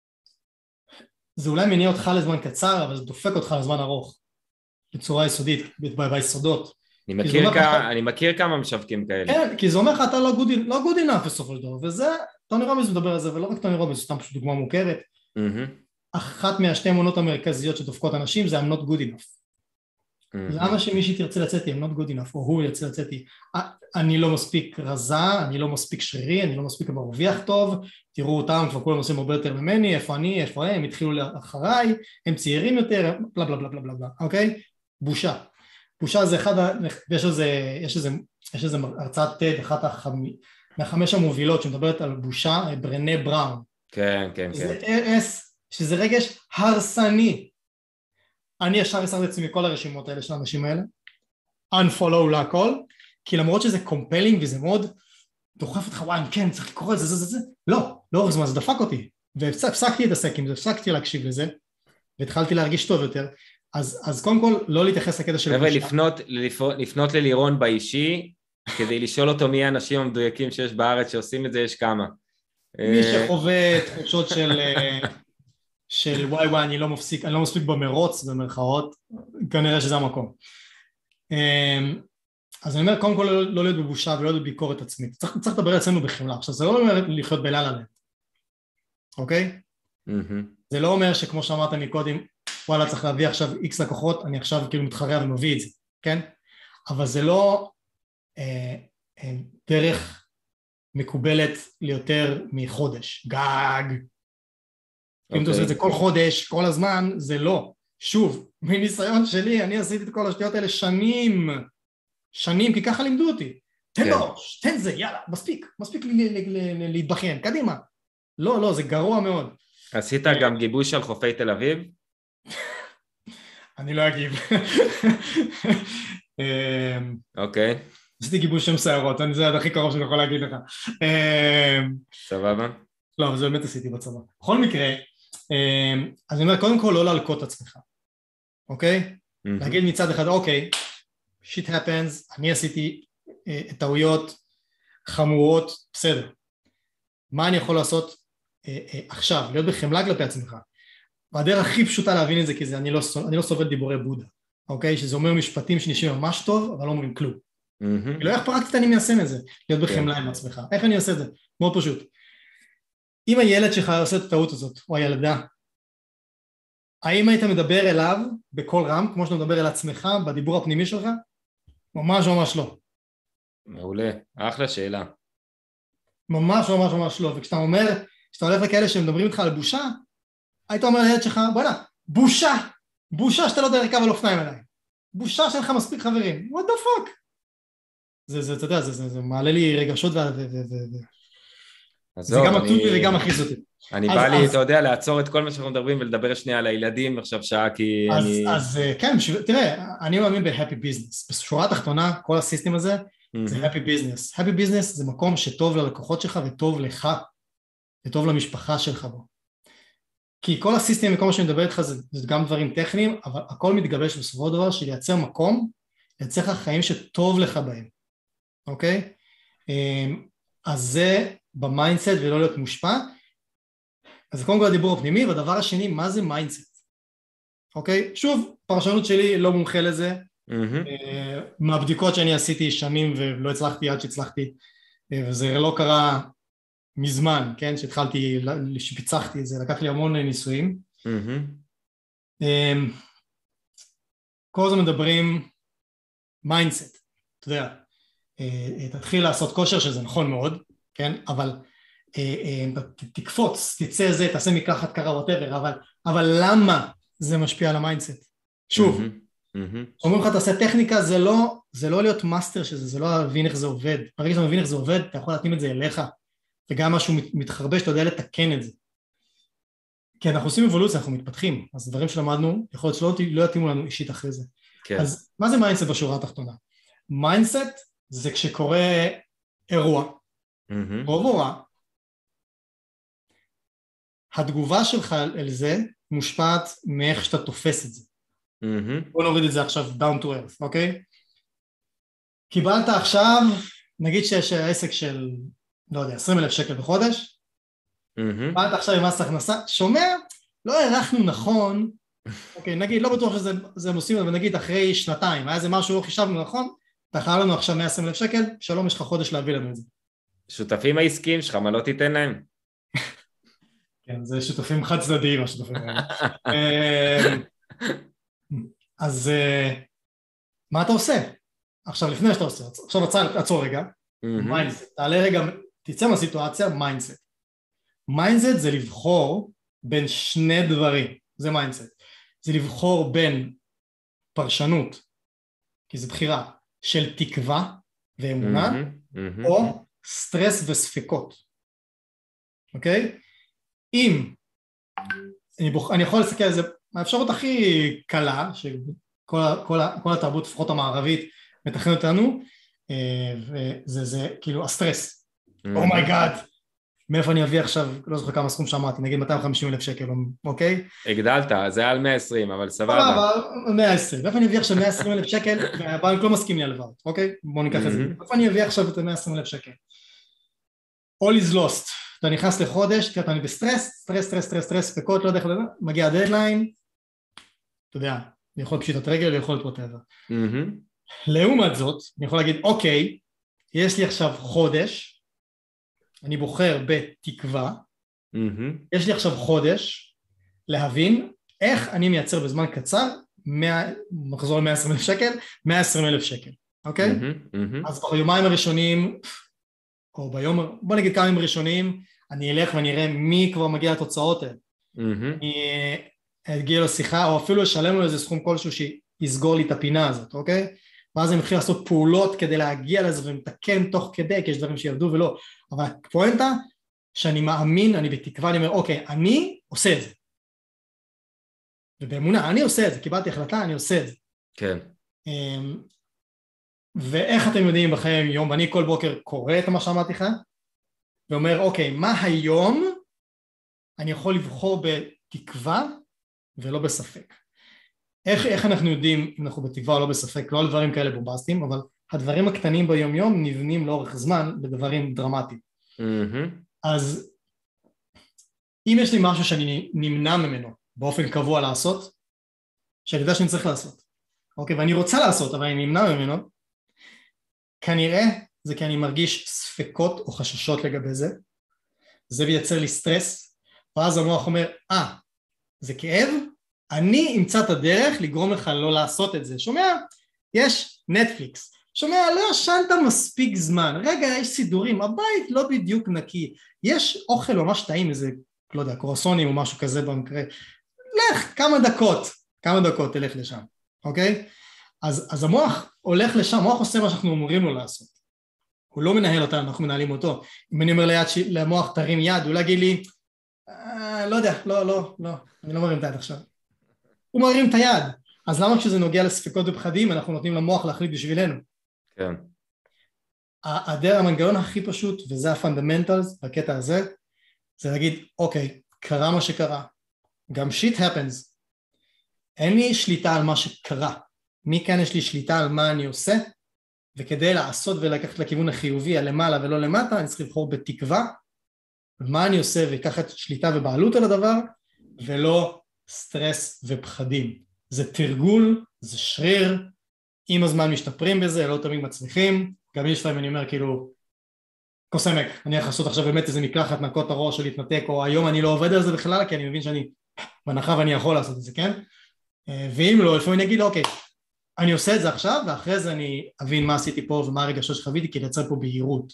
[SPEAKER 2] זה אולי מניע אותך לזמן קצר, אבל זה דופק אותך לזמן ארוך, בצורה יסודית, ביסודות.
[SPEAKER 1] אני מכיר, כמה, אני מכיר כמה משווקים כאלה.
[SPEAKER 2] כן, כי זה אומר לך אתה לא good, לא good enough בסופו של דבר, וזה, טוני רובינס מדבר על זה, ולא רק טוני רובינס, סתם פשוט דוגמה מוכרת. Mm-hmm. אחת מהשתי אמונות המרכזיות שדופקות אנשים זה I'm not good enough. Mm-hmm. למה שמישהי תרצה לצאת I'm not good enough, או הוא ירצה לצאת אני לא מספיק רזה, אני לא מספיק שרירי, אני לא מספיק מרוויח טוב, תראו אותם, כבר כולם עושים הרבה יותר ממני, איפה אני, איפה הם, התחילו אחריי, הם צעירים יותר, בלה בלה בלה בלה בלה, אוקיי? בושה. בושה זה אחד, יש איזה, יש איזה, יש איזה הרצאת TED, אחת מהחמש המובילות שמדברת על בושה, ברנה בראון.
[SPEAKER 1] כן, כן,
[SPEAKER 2] זה
[SPEAKER 1] כן.
[SPEAKER 2] אס, שזה רגש הרסני. אני ישר הסרתי את עצמי מכל הרשימות האלה של האנשים האלה, unfollow להכל, כי למרות שזה קומפלינג וזה מאוד דוחף אותך, וואי, כן, צריך לקרוא את זה, זה, זה, זה, לא, לאורך זמן זה דפק אותי, והפסקתי להתעסק עם זה, הפסקתי להקשיב לזה, והתחלתי להרגיש טוב יותר, אז, אז קודם כל, לא להתייחס לקטע של...
[SPEAKER 1] חבר'ה, לפנות, לפנות ללירון באישי, כדי לשאול אותו מי האנשים המדויקים שיש בארץ שעושים את זה, יש כמה.
[SPEAKER 2] מי שחווה תחושות של, של וואי וואי, אני לא מפסיק, אני לא מספיק במרוץ, במרכאות, כנראה שזה המקום. אז אני אומר, קודם כל לא להיות בבושה ולא להיות בביקורת עצמית. צריך, צריך לדבר אצלנו בחמלה. עכשיו, זה לא אומר לחיות בלילה לב. אוקיי?
[SPEAKER 1] Mm-hmm.
[SPEAKER 2] זה לא אומר שכמו שאמרת מקודם, וואלה, צריך להביא עכשיו איקס לקוחות, אני עכשיו כאילו מתחרע ומביא את זה, כן? אבל זה לא אה, אה, דרך מקובלת ליותר מחודש. גג. Okay. אם אתה עושה את זה כל חודש, כל הזמן, זה לא. שוב, מניסיון שלי, אני עשיתי את כל השטויות האלה שנים, שנים, כי ככה לימדו אותי. תן לו, תן זה, יאללה, מספיק, מספיק להתבכיין, קדימה. לא, לא, זה גרוע מאוד.
[SPEAKER 1] עשית גם גיבוש על חופי תל אביב?
[SPEAKER 2] אני לא אגיב.
[SPEAKER 1] אוקיי.
[SPEAKER 2] עשיתי גיבוש שם שערות, זה הכי קרוב שאני יכול להגיד לך.
[SPEAKER 1] סבבה?
[SPEAKER 2] לא, אבל זה באמת עשיתי בצבא. בכל מקרה, אז אני אומר, קודם כל לא להלקות את עצמך. אוקיי? להגיד מצד אחד, אוקיי, shit happens, אני עשיתי טעויות חמורות, בסדר. מה אני יכול לעשות עכשיו? להיות בחמלה כלפי עצמך. והדרך הכי פשוטה להבין את זה, כי זה, אני לא, אני לא סובל דיבורי בודה, אוקיי? שזה אומר משפטים שנשמעים ממש טוב, אבל לא אומרים כלום. לא איך פרקטית אני מיישם את זה, להיות בחמלה עם עצמך. איך אני עושה את זה? מאוד פשוט. אם הילד שלך עושה את הטעות הזאת, או הילדה, האם היית מדבר אליו בקול רם, כמו שאתה מדבר אל עצמך, בדיבור הפנימי שלך? ממש ממש לא.
[SPEAKER 1] מעולה, אחלה שאלה.
[SPEAKER 2] ממש ממש ממש לא, וכשאתה אומר, כשאתה הולך לכאלה שמדברים איתך על בושה, היית אומר לילד שלך, בוא'נה, בושה, בושה שאתה לא יודע לרכב על אופניים אליי, בושה שאין לך מספיק חברים, what the fuck? זה, זה, אתה יודע, זה, זה, זה מעלה לי רגשות, ו... ו, ו, ו... זה גם עצוב לי וגם מכעיס אותי.
[SPEAKER 1] אני בא לי, אתה יודע, לעצור את כל מה שאנחנו מדברים ולדבר שנייה על הילדים עכשיו שעה, כי אני...
[SPEAKER 2] אז כן, תראה, אני מאמין ב-happy business. בשורה התחתונה, כל הסיסטם הזה, זה happy business. happy business זה מקום שטוב ללקוחות שלך וטוב לך, וטוב למשפחה שלך בו. כי כל הסיסטם וכל מה שאני מדבר איתך זה גם דברים טכניים, אבל הכל מתגבש בסופו של דבר של לייצר מקום, לייצר לך חיים שטוב לך בהם. אוקיי? אז זה במיינדסט ולא להיות מושפע. אז זה קודם כל הדיבור הפנימי, והדבר השני, מה זה מיינדסט? אוקיי? שוב, פרשנות שלי לא מומחה לזה,
[SPEAKER 1] Mm-hmm.
[SPEAKER 2] מהבדיקות שאני עשיתי שנים ולא הצלחתי עד שהצלחתי, וזה לא קרה מזמן, כן? שהתחלתי, שפיצחתי את זה, לקח לי המון ניסויים.
[SPEAKER 1] Mm-hmm.
[SPEAKER 2] כל הזמן מדברים מיינדסט, אתה יודע, תתחיל לעשות כושר שזה נכון מאוד, כן? אבל תקפוץ, תצא זה, תעשה מקלחת קרה ווטאבר, אבל, אבל למה זה משפיע על המיינדסט? שוב,
[SPEAKER 1] Mm-hmm.
[SPEAKER 2] אומרים לך תעשה טכניקה, זה לא, זה לא להיות מאסטר של זה, זה לא להבין איך זה עובד. ברגע שאתה מבין איך זה עובד, אתה יכול להתאים את זה אליך, וגם משהו מתחרבש, אתה יודע לתקן את זה. כי אנחנו עושים אבולוציה, אנחנו מתפתחים, אז דברים שלמדנו, יכול להיות שלא לא יתאימו לנו אישית אחרי זה.
[SPEAKER 1] כן.
[SPEAKER 2] אז מה זה מיינדסט בשורה התחתונה? מיינדסט זה כשקורה אירוע,
[SPEAKER 1] Mm-hmm.
[SPEAKER 2] רוב אירוע, התגובה שלך אל זה מושפעת מאיך שאתה תופס את זה.
[SPEAKER 1] Mm-hmm.
[SPEAKER 2] בוא נוריד את זה עכשיו down to earth, אוקיי? קיבלת עכשיו, נגיד שיש עסק של, לא יודע, עשרים אלף שקל בחודש,
[SPEAKER 1] Mm-hmm.
[SPEAKER 2] קיבלת עכשיו עם מס הכנסה, שומע? לא הערכנו נכון, אוקיי, נגיד, לא בטוח שזה הם עושים, אבל נגיד אחרי שנתיים, היה איזה משהו לא חישבנו נכון, אתה חייב לנו עכשיו מאה ועשרים אלף שקל, שלום, יש לך חודש להביא לנו את זה.
[SPEAKER 1] שותפים העסקיים שלך, מה לא תיתן להם?
[SPEAKER 2] כן, זה שותפים חד צדדיים, השותפים האלה. אז מה אתה עושה? עכשיו, לפני שאתה עושה, עכשיו עצור רגע, מיינדסט, תעלה רגע, תצא מהסיטואציה, מיינדסט. מיינדסט זה לבחור בין שני דברים, זה מיינדסט. זה לבחור בין פרשנות, כי זה בחירה, של תקווה ואמונה, או סטרס וספקות. אוקיי? אם אני, בוח, אני יכול לסתכל על זה, האפשרות הכי קלה, שכל כל, כל התרבות, לפחות המערבית, מתכנן אותנו, וזה זה, כאילו הסטרס. אומייגאד, מאיפה אני אביא עכשיו, לא זוכר כמה סכום שאמרתי, נגיד מאתיים וחמישים אלף שקל, אוקיי?
[SPEAKER 1] הגדלת, זה היה על מאה ועשרים, אבל סבבה.
[SPEAKER 2] סבבה, מאה ועשרים, מאיפה אני אביא עכשיו מאה ועשרים אלף שקל, והבנק לא מסכים לי הלוואות, אוקיי? בואו ניקח את זה. מאיפה אני אביא עכשיו את מאה ועשרים אלף שקל? All is lost. אתה נכנס לחודש, אתה בסטרס, סטרס, סטרס, סטרס, סטרס, ספקות, לא יודע איך לדעת, מגיע הדדליין, אתה יודע, אני יכול פשיטת רגל, יכול להיות ווטאבר. לעומת זאת, אני יכול להגיד, אוקיי, יש לי עכשיו חודש, אני בוחר בתקווה, יש לי עכשיו חודש להבין איך אני מייצר בזמן קצר, מחזור ל-מאה ועשרים אלף שקל, מאה ועשרים אלף שקל, אוקיי? אז ביומיים הראשונים, או ביום, בוא נגיד כמה ימים ראשונים, אני אלך ואני אראה מי כבר מגיע לתוצאות האלה. אני אגיע לשיחה, או אפילו אשלם לו איזה סכום כלשהו שיסגור לי את הפינה הזאת, אוקיי? ואז אני מתחיל לעשות פעולות כדי להגיע לזה ומתקן תוך כדי, כי יש דברים שירדו ולא. אבל הפואנטה, שאני מאמין, אני בתקווה, אני אומר, אוקיי, אני עושה את זה. ובאמונה, אני עושה את זה, קיבלתי החלטה, אני עושה את זה.
[SPEAKER 1] כן.
[SPEAKER 2] ואיך אתם יודעים בחיי יום, ואני כל בוקר קורא את מה שאמרתי לך, ואומר, אוקיי, מה היום אני יכול לבחור בתקווה ולא בספק? איך, איך אנחנו יודעים אם אנחנו בתקווה או לא בספק? לא על דברים כאלה בובסטיים, אבל הדברים הקטנים ביום יום נבנים לאורך זמן בדברים דרמטיים.
[SPEAKER 1] Mm-hmm.
[SPEAKER 2] אז אם יש לי משהו שאני נמנע ממנו באופן קבוע לעשות, שאני יודע שאני צריך לעשות, אוקיי, ואני רוצה לעשות, אבל אני נמנע ממנו, כנראה זה כי אני מרגיש ספקות או חששות לגבי זה, זה מייצר לי סטרס, ואז המוח אומר, אה, זה כאב, אני אמצא את הדרך לגרום לך לא לעשות את זה. שומע? יש נטפליקס. שומע? לא ישנת מספיק זמן. רגע, יש סידורים. הבית לא בדיוק נקי. יש אוכל ממש טעים, איזה, לא יודע, קרואסונים או משהו כזה במקרה. לך, כמה דקות. כמה דקות תלך לשם. אוקיי? אז, אז המוח הולך לשם, המוח עושה מה שאנחנו אומרים לו לעשות. הוא לא מנהל אותנו, אנחנו מנהלים אותו. אם אני אומר ליד, למוח תרים יד, הוא לא יגיד לי, אה, לא יודע, לא, לא, לא, אני לא מרים את היד עכשיו. הוא מרים את היד, אז למה כשזה נוגע לספקות ופחדים אנחנו נותנים למוח להחליט בשבילנו?
[SPEAKER 1] כן.
[SPEAKER 2] הדרך, המנגנון הכי פשוט, וזה הפונדמנטלס בקטע הזה, זה להגיד, אוקיי, קרה מה שקרה, גם shit happens, אין לי שליטה על מה שקרה, מכאן יש לי שליטה על מה אני עושה, וכדי לעשות ולקחת לכיוון החיובי, הלמעלה ולא למטה, אני צריך לבחור בתקווה, מה אני עושה ויקח את שליטה ובעלות על הדבר, ולא סטרס ופחדים. זה תרגול, זה שריר, עם הזמן משתפרים בזה, לא תמיד מצליחים, גם יש להם, אני אומר כאילו, קוסמק, אני הולך לעשות עכשיו באמת איזה מקלחת, נקות את הראש של להתנתק, או היום אני לא עובד על זה בכלל, כי אני מבין שאני, בהנחה ואני יכול לעשות את זה, כן? ואם לא, לפעמים אני אגיד, אוקיי, אני עושה את זה עכשיו, ואחרי זה אני אבין מה עשיתי פה ומה הרגשות שחוויתי, כי לייצר פה בהירות.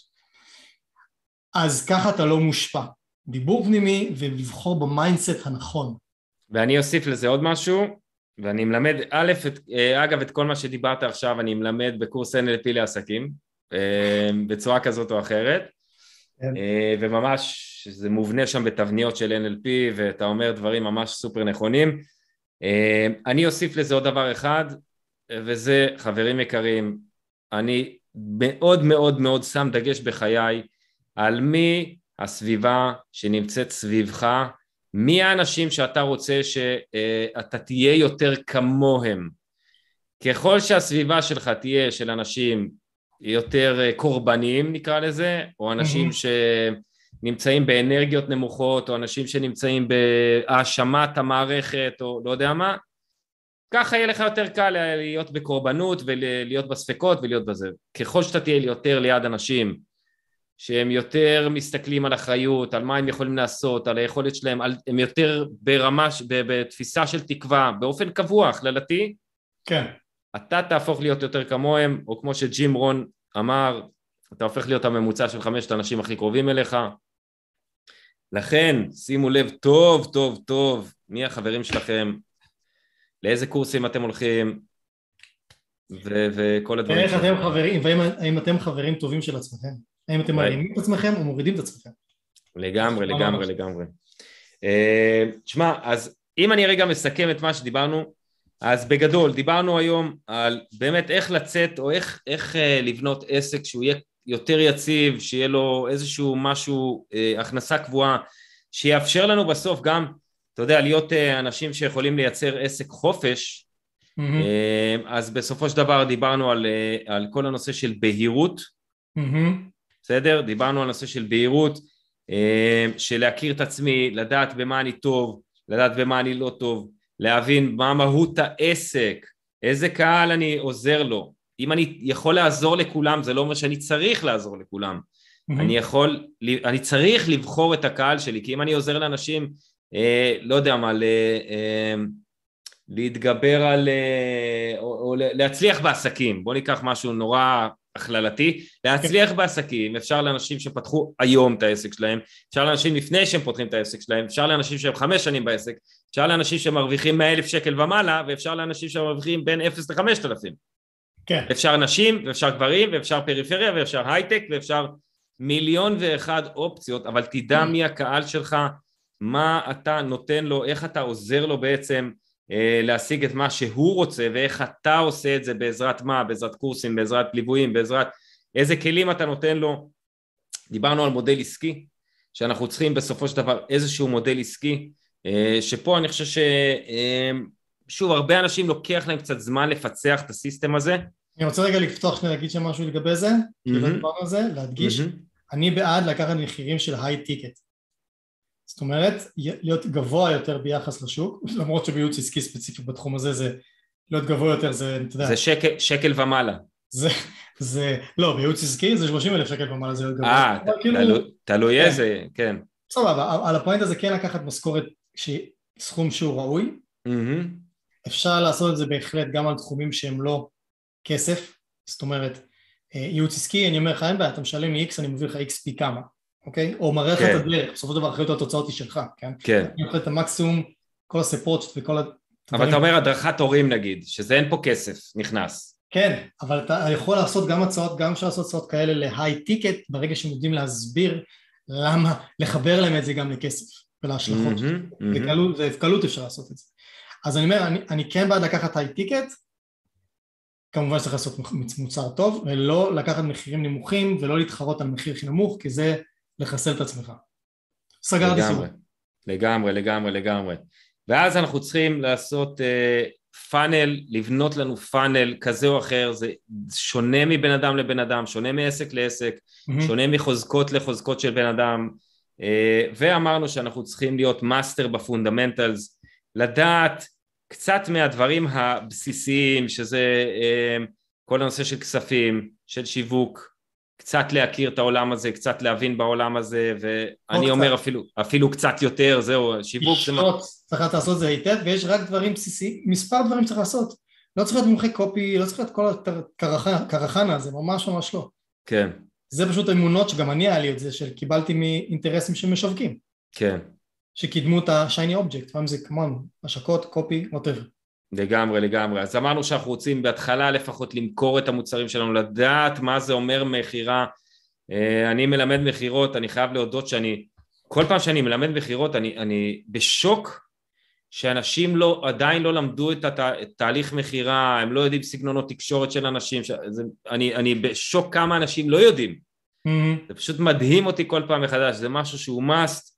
[SPEAKER 2] אז ככה אתה לא מושפע. דיבור פנימי ולבחור במיינדסט הנכון.
[SPEAKER 1] ואני אוסיף לזה עוד משהו, ואני מלמד, א', את, אגב, את כל מה שדיברת עכשיו, אני מלמד בקורס אן אל פי לעסקים, בצורה כזאת או אחרת, כן. וממש זה מובנה שם בתבניות של אן אל פי, ואתה אומר דברים ממש סופר נכונים. אני אוסיף לזה עוד דבר אחד, וזה, חברים יקרים, אני מאוד מאוד מאוד שם דגש בחיי, על מי הסביבה שנמצאת סביבך, מי האנשים שאתה רוצה שאתה תהיה יותר כמוהם. ככל שהסביבה שלך תהיה של אנשים יותר קורבניים נקרא לזה, או אנשים שנמצאים באנרגיות נמוכות, או אנשים שנמצאים בהאשמת המערכת, או לא יודע מה, ככה יהיה לך יותר קל להיות בקורבנות ולהיות בספקות ולהיות בזה. ככל שאתה תהיה יותר ליד אנשים שהם יותר מסתכלים על אחריות, על מה הם יכולים לעשות, על היכולת שלהם, על, הם יותר ברמה, בתפיסה של תקווה, באופן קבוע, הכללתי,
[SPEAKER 2] כן.
[SPEAKER 1] אתה תהפוך להיות יותר כמוהם, או כמו שג'ים רון אמר, אתה הופך להיות הממוצע של חמשת האנשים הכי קרובים אליך. לכן, שימו לב טוב, טוב, טוב, מי החברים שלכם, לאיזה קורסים אתם הולכים, ו- וכל הדברים.
[SPEAKER 2] ואיך אתם חברים, והאם אתם חברים טובים של עצמכם? האם אתם מרימים את עצמכם או מורידים את עצמכם?
[SPEAKER 1] לגמרי, לגמרי, לגמרי. תשמע, אז אם אני רגע מסכם את מה שדיברנו, אז בגדול, דיברנו היום על באמת איך לצאת, או איך, איך לבנות עסק שהוא יהיה יותר יציב, שיהיה לו איזשהו משהו, הכנסה קבועה, שיאפשר לנו בסוף גם, אתה יודע, להיות אנשים שיכולים לייצר עסק חופש, mm-hmm. אז בסופו של דבר דיברנו על, על כל הנושא של בהירות,
[SPEAKER 2] mm-hmm.
[SPEAKER 1] בסדר? דיברנו על נושא של בהירות, של להכיר את עצמי, לדעת במה אני טוב, לדעת במה אני לא טוב, להבין מה מהות העסק, איזה קהל אני עוזר לו. אם אני יכול לעזור לכולם, זה לא אומר שאני צריך לעזור לכולם. Mm-hmm. אני יכול, אני צריך לבחור את הקהל שלי, כי אם אני עוזר לאנשים, אה, לא יודע מה, ל, אה, להתגבר על, אה, או, או להצליח בעסקים, בוא ניקח משהו נורא הכללתי, להצליח בעסקים, אפשר לאנשים שפתחו היום את העסק שלהם, אפשר לאנשים לפני שהם פותחים את העסק שלהם, אפשר לאנשים שהם חמש שנים בעסק, אפשר לאנשים שמרוויחים מאה אלף שקל ומעלה, ואפשר לאנשים שמרוויחים בין אפס לחמשת אלפים.
[SPEAKER 2] כן.
[SPEAKER 1] אפשר נשים, ואפשר גברים, ואפשר פריפריה, ואפשר הייטק, ואפשר מיליון ואחד אופציות, אבל תדע מי הקהל שלך, מה אתה נותן לו, איך אתה עוזר לו בעצם, להשיג את מה שהוא רוצה, ואיך אתה עושה את זה בעזרת מה, בעזרת קורסים, בעזרת ליוויים, בעזרת איזה כלים אתה נותן לו. דיברנו על מודל עסקי, שאנחנו צריכים בסופו של דבר איזשהו מודל עסקי, שפה אני חושב ששוב, הרבה אנשים לוקח להם קצת זמן לפצח את הסיסטם הזה.
[SPEAKER 2] אני רוצה רגע לפתוח שנייה להגיד שם משהו לגבי זה, כי לא דיברנו על זה, להדגיש, אני בעד לקחת מחירים של היי טיקט. זאת אומרת, להיות גבוה יותר ביחס לשוק, למרות שבייעוץ עסקי ספציפי בתחום הזה, זה להיות גבוה יותר, זה, אתה יודע...
[SPEAKER 1] זה שקל, שקל ומעלה.
[SPEAKER 2] זה, זה, לא, בייעוץ עסקי זה שלושים אלף שקל ומעלה, זה להיות גבוה.
[SPEAKER 1] אה, תלוי איזה, כן.
[SPEAKER 2] סבבה, על הפואנט הזה כן לקחת משכורת, סכום שהוא ראוי, אפשר לעשות את זה בהחלט גם על תחומים שהם לא כסף, זאת אומרת, ייעוץ עסקי, אני אומר לך, אין בעיה, אתה משלם לי X, אני מביא לך X פי כמה. אוקיי? או מראה לך את הדרך, בסופו של דבר אחריות התוצאות היא שלך, כן?
[SPEAKER 1] כן.
[SPEAKER 2] אני אוכל את המקסימום, כל הספורט וכל הדברים.
[SPEAKER 1] אבל אתה אומר הדרכת הורים נגיד, שזה אין פה כסף, נכנס.
[SPEAKER 2] כן, אבל אתה יכול לעשות גם הצעות, גם אפשר לעשות הצעות כאלה להיי טיקט, ברגע שהם יודעים להסביר למה, לחבר להם את זה גם לכסף ולהשלכות. ובקלות אפשר לעשות את זה. אז אני אומר, אני, אני כן בעד לקחת היי טיקט, כמובן שצריך לעשות מוצר טוב, ולא לקחת מחירים נמוכים, ולא להתחרות על מחיר הכי נמוך, כי זה לחסל את עצמך. סגרתי סיום.
[SPEAKER 1] לגמרי, לגמרי, לגמרי. ואז אנחנו צריכים לעשות פאנל, לבנות לנו פאנל כזה או אחר, זה שונה מבן אדם לבן אדם, שונה מעסק לעסק, שונה מחוזקות לחוזקות של בן אדם, ואמרנו שאנחנו צריכים להיות מאסטר בפונדמנטלס, לדעת קצת מהדברים הבסיסיים, שזה כל הנושא של כספים, של שיווק, קצת להכיר את העולם הזה, קצת להבין בעולם הזה, ואני אומר אפילו, אפילו קצת יותר, זהו, שיווק זה...
[SPEAKER 2] לשתות, צריך לעשות זה היטב, ויש רק דברים בסיסיים, מספר דברים שצריך לעשות. לא צריך להיות מומחה קופי, לא צריך להיות כל הקרחנה, זה ממש ממש לא.
[SPEAKER 1] כן.
[SPEAKER 2] זה פשוט אמונות שגם אני היה לי את זה, שקיבלתי מאינטרסים שמשווקים.
[SPEAKER 1] כן.
[SPEAKER 2] שקידמו את השייני אובייקט, פעם זה כמובן, השקות, קופי, whatever.
[SPEAKER 1] לגמרי, לגמרי. אז אמרנו שאנחנו רוצים בהתחלה לפחות למכור את המוצרים שלנו, לדעת מה זה אומר מחירה. אני מלמד מחירות, אני חייב להודות שאני, כל פעם שאני מלמד מחירות, אני, אני בשוק שאנשים לא, עדיין לא למדו את התהליך מחירה, הם לא יודעים סגנונות תקשורת של אנשים, זה, אני, אני בשוק כמה אנשים לא יודעים. Mm-hmm. זה פשוט מדהים אותי כל פעם מחדש, זה משהו שהוא must,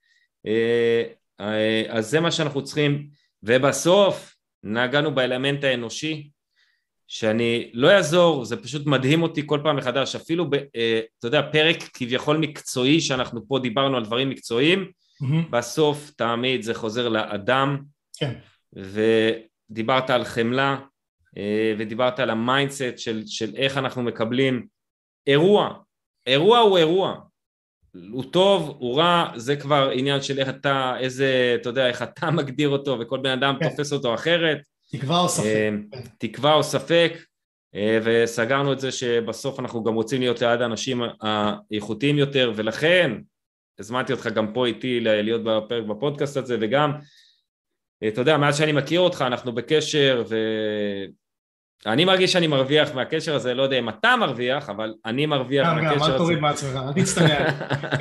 [SPEAKER 1] אז זה מה שאנחנו צריכים, ובסוף נגענו באלמנט האנושי, שאני לא יעזור, זה פשוט מדהים אותי כל פעם מחדש, אפילו, ב, אתה יודע, פרק כביכול מקצועי, שאנחנו פה דיברנו על דברים מקצועיים, mm-hmm. בסוף תמיד זה חוזר לאדם, כן. ודיברת על חמלה, ודיברת על המיינדסט של, של איך אנחנו מקבלים אירוע, אירוע הוא אירוע, הוא טוב, הוא רע, זה כבר עניין של איך אתה, איזה, אתה יודע, איך אתה מגדיר אותו, וכל בן אדם כן. תופס אותו אחרת.
[SPEAKER 2] תקווה או ספק.
[SPEAKER 1] תקווה או ספק, וסגרנו את זה שבסוף אנחנו גם רוצים להיות ליד האנשים האיכותיים יותר, ולכן הזמנתי אותך גם פה איתי להיות בפרק בפודקאסט הזה, וגם, אתה יודע, מאז שאני מכיר אותך, אנחנו בקשר, ואני מרגיש שאני מרוויח מהקשר הזה, לא יודע אם אתה מרוויח, אבל אני מרוויח מהקשר הזה.
[SPEAKER 2] גם, גם, אל תוריד מעצמך, אל תצטנע.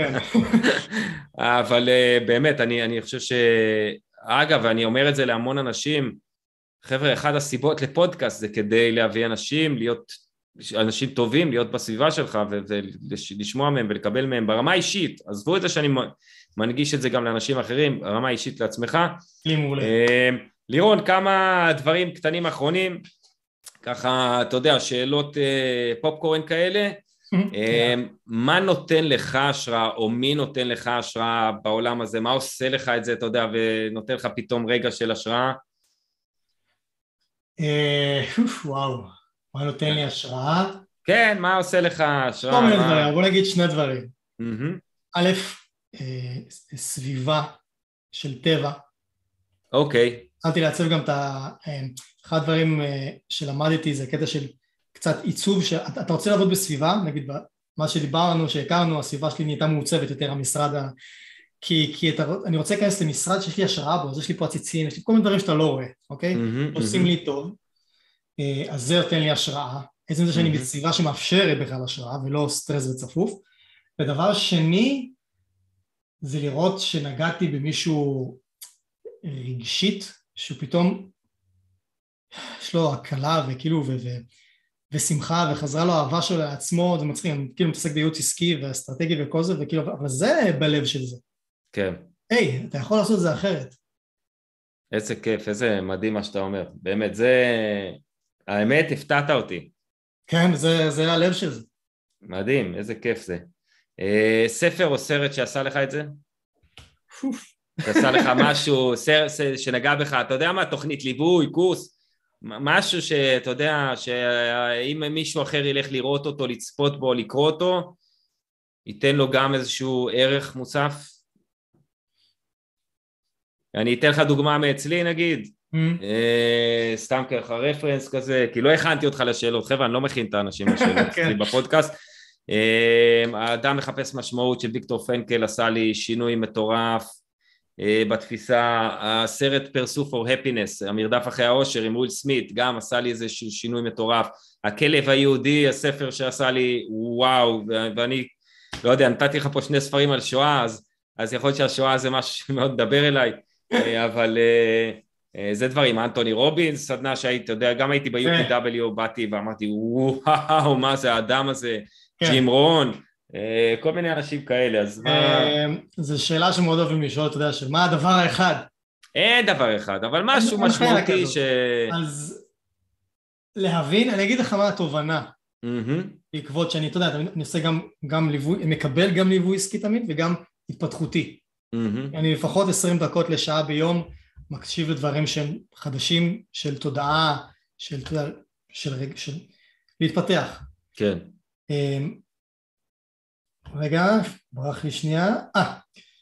[SPEAKER 1] אבל באמת, אני, אני חושב ש... אגב, ואני אומר את זה להמון אנשים, חבר'ה, אחד הסיבות לפודקאסט זה כדי להביא אנשים, להיות אנשים טובים, להיות בסביבה שלך ולשמוע מהם ולקבל מהם ברמה אישית, עזבו את זה שאני מנגיש את זה גם לאנשים אחרים, ברמה אישית לעצמך. לירון, כמה דברים קטנים אחרונים, ככה, אתה יודע, שאלות פופקורן כאלה, מה נותן לך השראה, או מי נותן לך השראה בעולם הזה, מה עושה לך את זה, אתה יודע, ונותן לך פתאום רגע של השראה?
[SPEAKER 2] וואו, מה נותן לי השראה?
[SPEAKER 1] כן, מה עושה לך השראה?
[SPEAKER 2] בוא נגיד שני דברים. א', סביבה של טבע.
[SPEAKER 1] אוקיי.
[SPEAKER 2] התחלתי לעצב גם את אחד הדברים שלמדתי, זה קטע של קצת עיצוב, שאתה רוצה לעבוד בסביבה, נגיד מה שדיברנו, שהכרנו, הסביבה שלי נהייתה מעוצבת יותר, המשרד ה... כי, כי אתה, אני רוצה להיכנס למשרד שיש לי השראה בו, אז יש לי פה עציצים, יש לי כל מיני דברים שאתה לא רואה, אוקיי? Mm-hmm, עושים mm-hmm. לי טוב, אז זה נותן לי השראה, עצם זה שאני mm-hmm. בסביבה שמאפשרת בכלל השראה, ולא סטרס וצפוף. ודבר שני, זה לראות שנגעתי במישהו רגשית, שהוא פתאום, יש לו הקלה וכאילו, ו- ו- ושמחה, וחזרה לו אהבה שלו לעצמו, זה מצחיק, אני כאילו מתעסק בייעוץ עסקי ואסטרטגי וכל זה, וכאילו, אבל זה בלב של זה.
[SPEAKER 1] כן.
[SPEAKER 2] היי, אתה יכול לעשות את זה אחרת.
[SPEAKER 1] איזה כיף, איזה מדהים מה שאתה אומר. באמת, זה... האמת, הפתעת אותי.
[SPEAKER 2] כן, זה, זה הלב של זה.
[SPEAKER 1] מדהים, איזה כיף זה. אה, ספר או סרט שעשה לך את זה? שעשה לך משהו, סרט שנגע בך, אתה יודע מה, תוכנית ליווי, קורס, משהו שאתה יודע, שאם מישהו אחר ילך לראות אותו, לצפות בו, לקרוא אותו, ייתן לו גם איזשהו ערך מוסף? אני אתן לך דוגמה מאצלי נגיד, mm-hmm. אה, סתם ככה רפרנס כזה, כי לא הכנתי אותך לשאלות, חבר'ה, אני לא מכין את האנשים לשאלות אצלי בפודקאסט. אה, האדם מחפש משמעות של ויקטור פרנקל עשה לי שינוי מטורף אה, בתפיסה, הסרט Pursuit for Happiness, המרדף אחרי האושר עם וויל סמית, גם עשה לי איזה שינוי מטורף, הכלב היהודי, הספר שעשה לי וואו, ואני לא יודע, נתתי לך פה שני ספרים על שואה, אז, אז יכול להיות שהשואה זה משהו שמאוד מדבר אליי, אבל זה דברים, אנטוני רובינס, סדנה שהייתי, אתה יודע, גם הייתי ב-יו פי דאבליו, באתי ואמרתי, וואו, מה זה האדם הזה, ג'ים רון, כל מיני אנשים כאלה, אז מה...
[SPEAKER 2] זו שאלה שמאוד אוהבים לשאול, אתה יודע, שמה הדבר האחד?
[SPEAKER 1] אין דבר אחד, אבל משהו משמעותי ש...
[SPEAKER 2] אז להבין, אני אגיד לך מה התובנה, בעקבות שאני, אתה יודע, אני עושה גם ליווי, מקבל גם ליווי עסקי תמיד, וגם התפתחותי.
[SPEAKER 1] Mm-hmm.
[SPEAKER 2] אני לפחות עשרים דקות לשעה ביום מקשיב לדברים שהם חדשים, של תודעה, של, של, של, של להתפתח.
[SPEAKER 1] כן.
[SPEAKER 2] רגע, ברח לי שנייה. אה,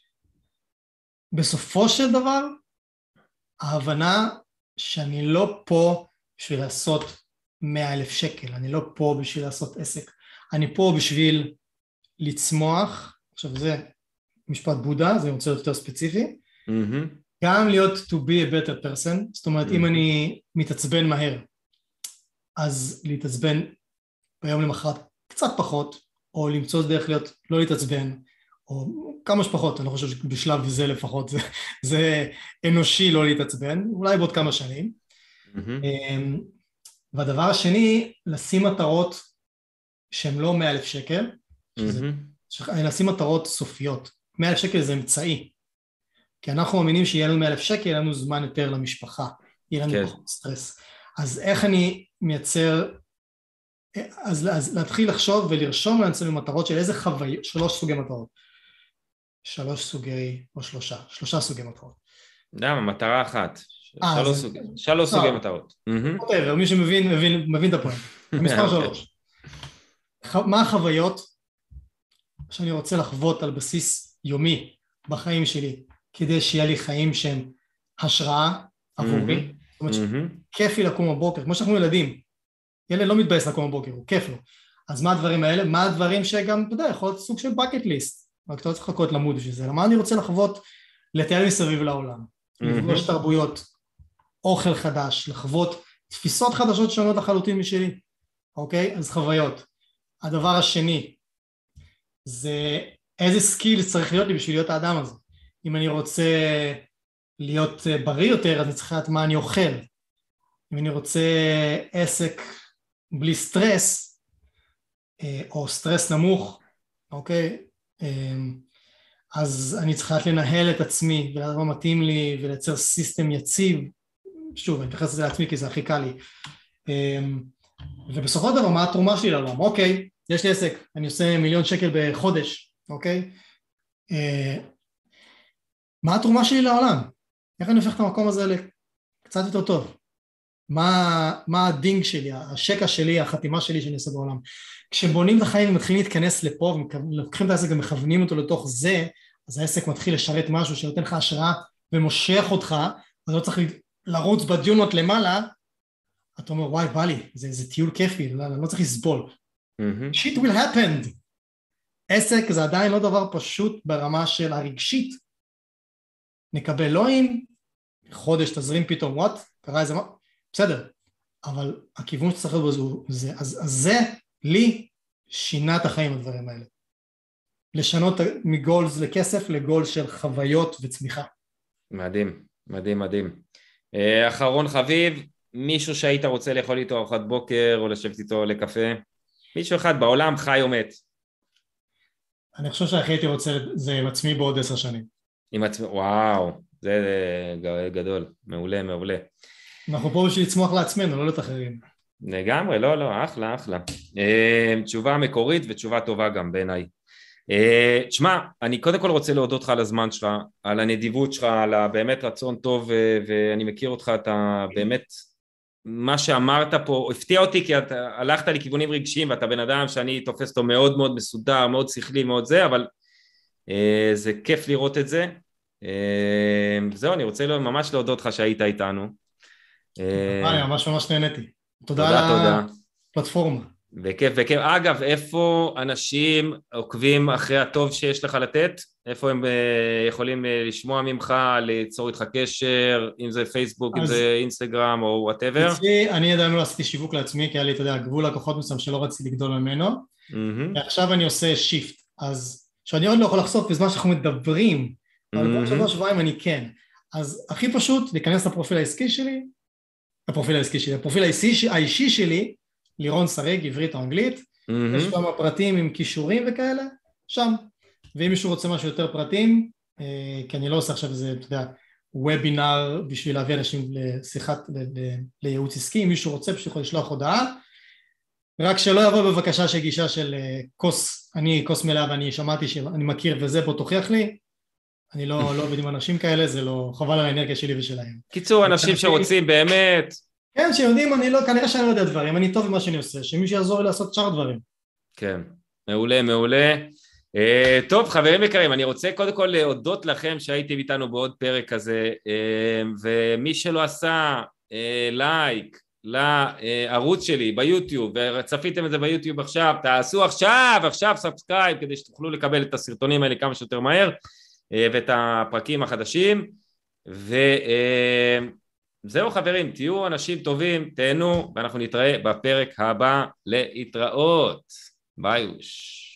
[SPEAKER 2] בסופו של דבר, ההבנה שאני לא פה בשביל לעשות מאה אלף שקל, אני לא פה בשביל לעשות עסק, אני פה בשביל לצמוח, עכשיו זה משפט בודה, זה רוצה להיות יותר ספציפי,
[SPEAKER 1] Mm-hmm.
[SPEAKER 2] גם להיות to be a better person, זאת אומרת, mm-hmm. אם אני מתעצבן מהר, אז להתעצבן ביום למחרת קצת פחות, או למצוא דרך להיות לא להתעצבן, או כמה שפחות, אני לא חושב שבשלב זה לפחות, זה, זה אנושי לא להתעצבן, אולי בעוד כמה שנים. Mm-hmm. והדבר השני, לשים מטרות שהן לא מאה אלף שקל, שזה, mm-hmm. לשים מטרות סופיות. מאה אלף שקל זה אמצעי, כי אנחנו מאמינים שיהיה לנו מאה אלף שקל, יהיה לנו זמן יותר למשפחה, יהיה לנו כן. פחות סטרס. אז איך אני מייצר, אז, אז להתחיל לחשוב ולרשום לעצמנו מטרות של איזה חוויות, שלוש סוגי מטרות. שלוש סוגי, או שלושה, שלושה סוגי מטרות.
[SPEAKER 1] למה, מטרה אחת. שלוש סוגי, שלוש סוגי מטרות.
[SPEAKER 2] מי שמבין, מבין את הפועל. המספר שלוש. מה החוויות שאני רוצה לחוות על בסיס יומי בחיים שלי, כדי שיהיה לי חיים שהם השראה עבורי? זאת אומרת שכיף לי לקום בבוקר, כמו שאנחנו ילדים. ילד לא מתבאס לקום בבוקר, הוא כיף לו. אז מה הדברים האלה? מה הדברים שגם, אתה יודע, יכול להיות סוג של bucket list, רק אתה לא צריך לחכות למוד בשביל זה. למה אני רוצה לחוות, לטייל מסביב לעולם, לפגוש תרבויות, אוכל חדש, לחוות תפיסות חדשות שונות לחלוטין משלי, אוקיי? אז חוויות. הדבר השני, זה איזה סקיל צריך להיות לי בשביל להיות האדם הזה. אם אני רוצה להיות בריא יותר, אז אני צריך לדעת מה אני אוכל. אם אני רוצה עסק בלי סטרס, או סטרס נמוך, אוקיי? אז אני צריך לדעת לנהל את עצמי, ולדעת מה מתאים לי, ולייצר סיסטם יציב. שוב, אני מתייחס לזה לעצמי, כי זה הכי קל לי. ובסופו של דבר, מה התרומה שלי לעולם? אוקיי, יש לי עסק, אני עושה מיליון שקל בחודש, אוקיי? מה התרומה שלי לעולם? איך אני הופך את המקום הזה לקצת יותר טוב? מה, מה הדינג שלי, השקע שלי, החתימה שלי שאני עושה בעולם? כשבונים את החיים ומתחילים להתכנס לפה, ולוקחים את העסק ומכוונים אותו לתוך זה, אז העסק מתחיל לשרת משהו שנותן לך השראה ומושך אותך, אז לא צריך לרוץ בדיונות למעלה, אתה אומר, וואי, בא לי, זה, זה טיול כיפי, לא, לא צריך לסבול. Mm-hmm. shit will happen. עסק זה עדיין לא דבר פשוט ברמה של הרגשית. נקבל לא עם חודש תזרים פתאום, what? קרה איזה מה? בסדר. אבל הכיוון שצריך להיות בו זה, אז, אז זה לי שינה את החיים הדברים האלה. לשנות מגולס לכסף לגול של חוויות וצמיחה.
[SPEAKER 1] מדהים, מדהים, מדהים. אחרון חביב, מישהו שהיית רוצה לאכול איתו ארוחת בוקר או לשבת איתו לקפה? מישהו אחד בעולם חי או מת?
[SPEAKER 2] אני חושב שהכי הייתי רוצה זה עם עצמי בעוד עשר שנים.
[SPEAKER 1] עם עצמי, וואו, זה גדול, מעולה, מעולה.
[SPEAKER 2] אנחנו פה בשביל לצמוח לעצמנו, לא לתחרים.
[SPEAKER 1] לגמרי, לא, לא, אחלה, אחלה. תשובה מקורית ותשובה טובה גם בעיניי. תשמע, אני קודם כל רוצה להודות לך על הזמן שלך, על הנדיבות שלך, על באמת רצון טוב, ואני מכיר אותך, אתה באמת, מה שאמרת פה, הפתיע אותי כי אתה הלכת לכיוונים רגשיים, ואתה בן אדם שאני תופס אותו מאוד מאוד מסודר, מאוד שכלי, מאוד זה, אבל זה כיף לראות את זה. זהו, אני רוצה ממש להודות לך שהיית איתנו.
[SPEAKER 2] אני ממש ממש נהניתי. תודה על הפלטפורמה.
[SPEAKER 1] וכיף, וכיף. אגב, איפה אנשים עוקבים אחרי הטוב שיש לך לתת? איפה הם יכולים לשמוע ממך, ליצור איתך קשר, אם זה פייסבוק, אם זה אינסטגרם או whatever?
[SPEAKER 2] אצלי, אני עדיין לא עשיתי שיווק לעצמי, כי היה לי, אתה יודע, גבול לקוחות מסוים שלא רציתי לגדול ממנו, ועכשיו אני עושה שיפט, אז שאני עוד לא יכול לחשוף בזמן שאנחנו מדברים, אבל כל שבוע שבועיים אני כן. אז הכי פשוט, להיכנס לפרופיל העסקי שלי, הפרופיל העסקי שלי, הפרופיל האישי שלי, לירון שריג, עברית או אנגלית, יש כמה פרטים עם קישורים וכאלה, שם. ואם מישהו רוצה משהו יותר פרטים, כי אני לא עושה עכשיו איזה, אתה יודע, וובינר בשביל להביא אנשים לשיחת, לייעוץ עסקי, אם מישהו רוצה פשוט יכול לשלוח הודעה, רק שלא יבוא בבקשה שגישה של אה, כוס, אני כוס מלאה ואני שמעתי שאני מכיר וזה, בוא תוכיח לי. אני לא, לא עובד עם אנשים כאלה, זה לא, חבל על האנרגיה שלי ושלהם.
[SPEAKER 1] קיצור, אנשים שרוצים באמת.
[SPEAKER 2] כן, שיודעים, אני לא, כנראה שאני לא יודע דברים, אני טוב במה שאני עושה, שמישהו יעזור לי לעשות שאר דברים.
[SPEAKER 1] כן, מעולה, מעולה. Uh, טוב, חברים יקרים, אני רוצה קודם כל להודות לכם שהייתם איתנו בעוד פרק כזה, uh, ומי שלא עשה uh, לייק לערוץ שלי ביוטיוב, וצפיתם את זה ביוטיוב עכשיו, תעשו עכשיו, עכשיו סאבסקרייב, כדי שתוכלו לקבל את הסרטונים האלה כמה שיותר מהר, uh, ואת הפרקים החדשים, וזהו uh, חברים, תהיו אנשים טובים, תהנו, ואנחנו נתראה בפרק הבא. להתראות. ביי.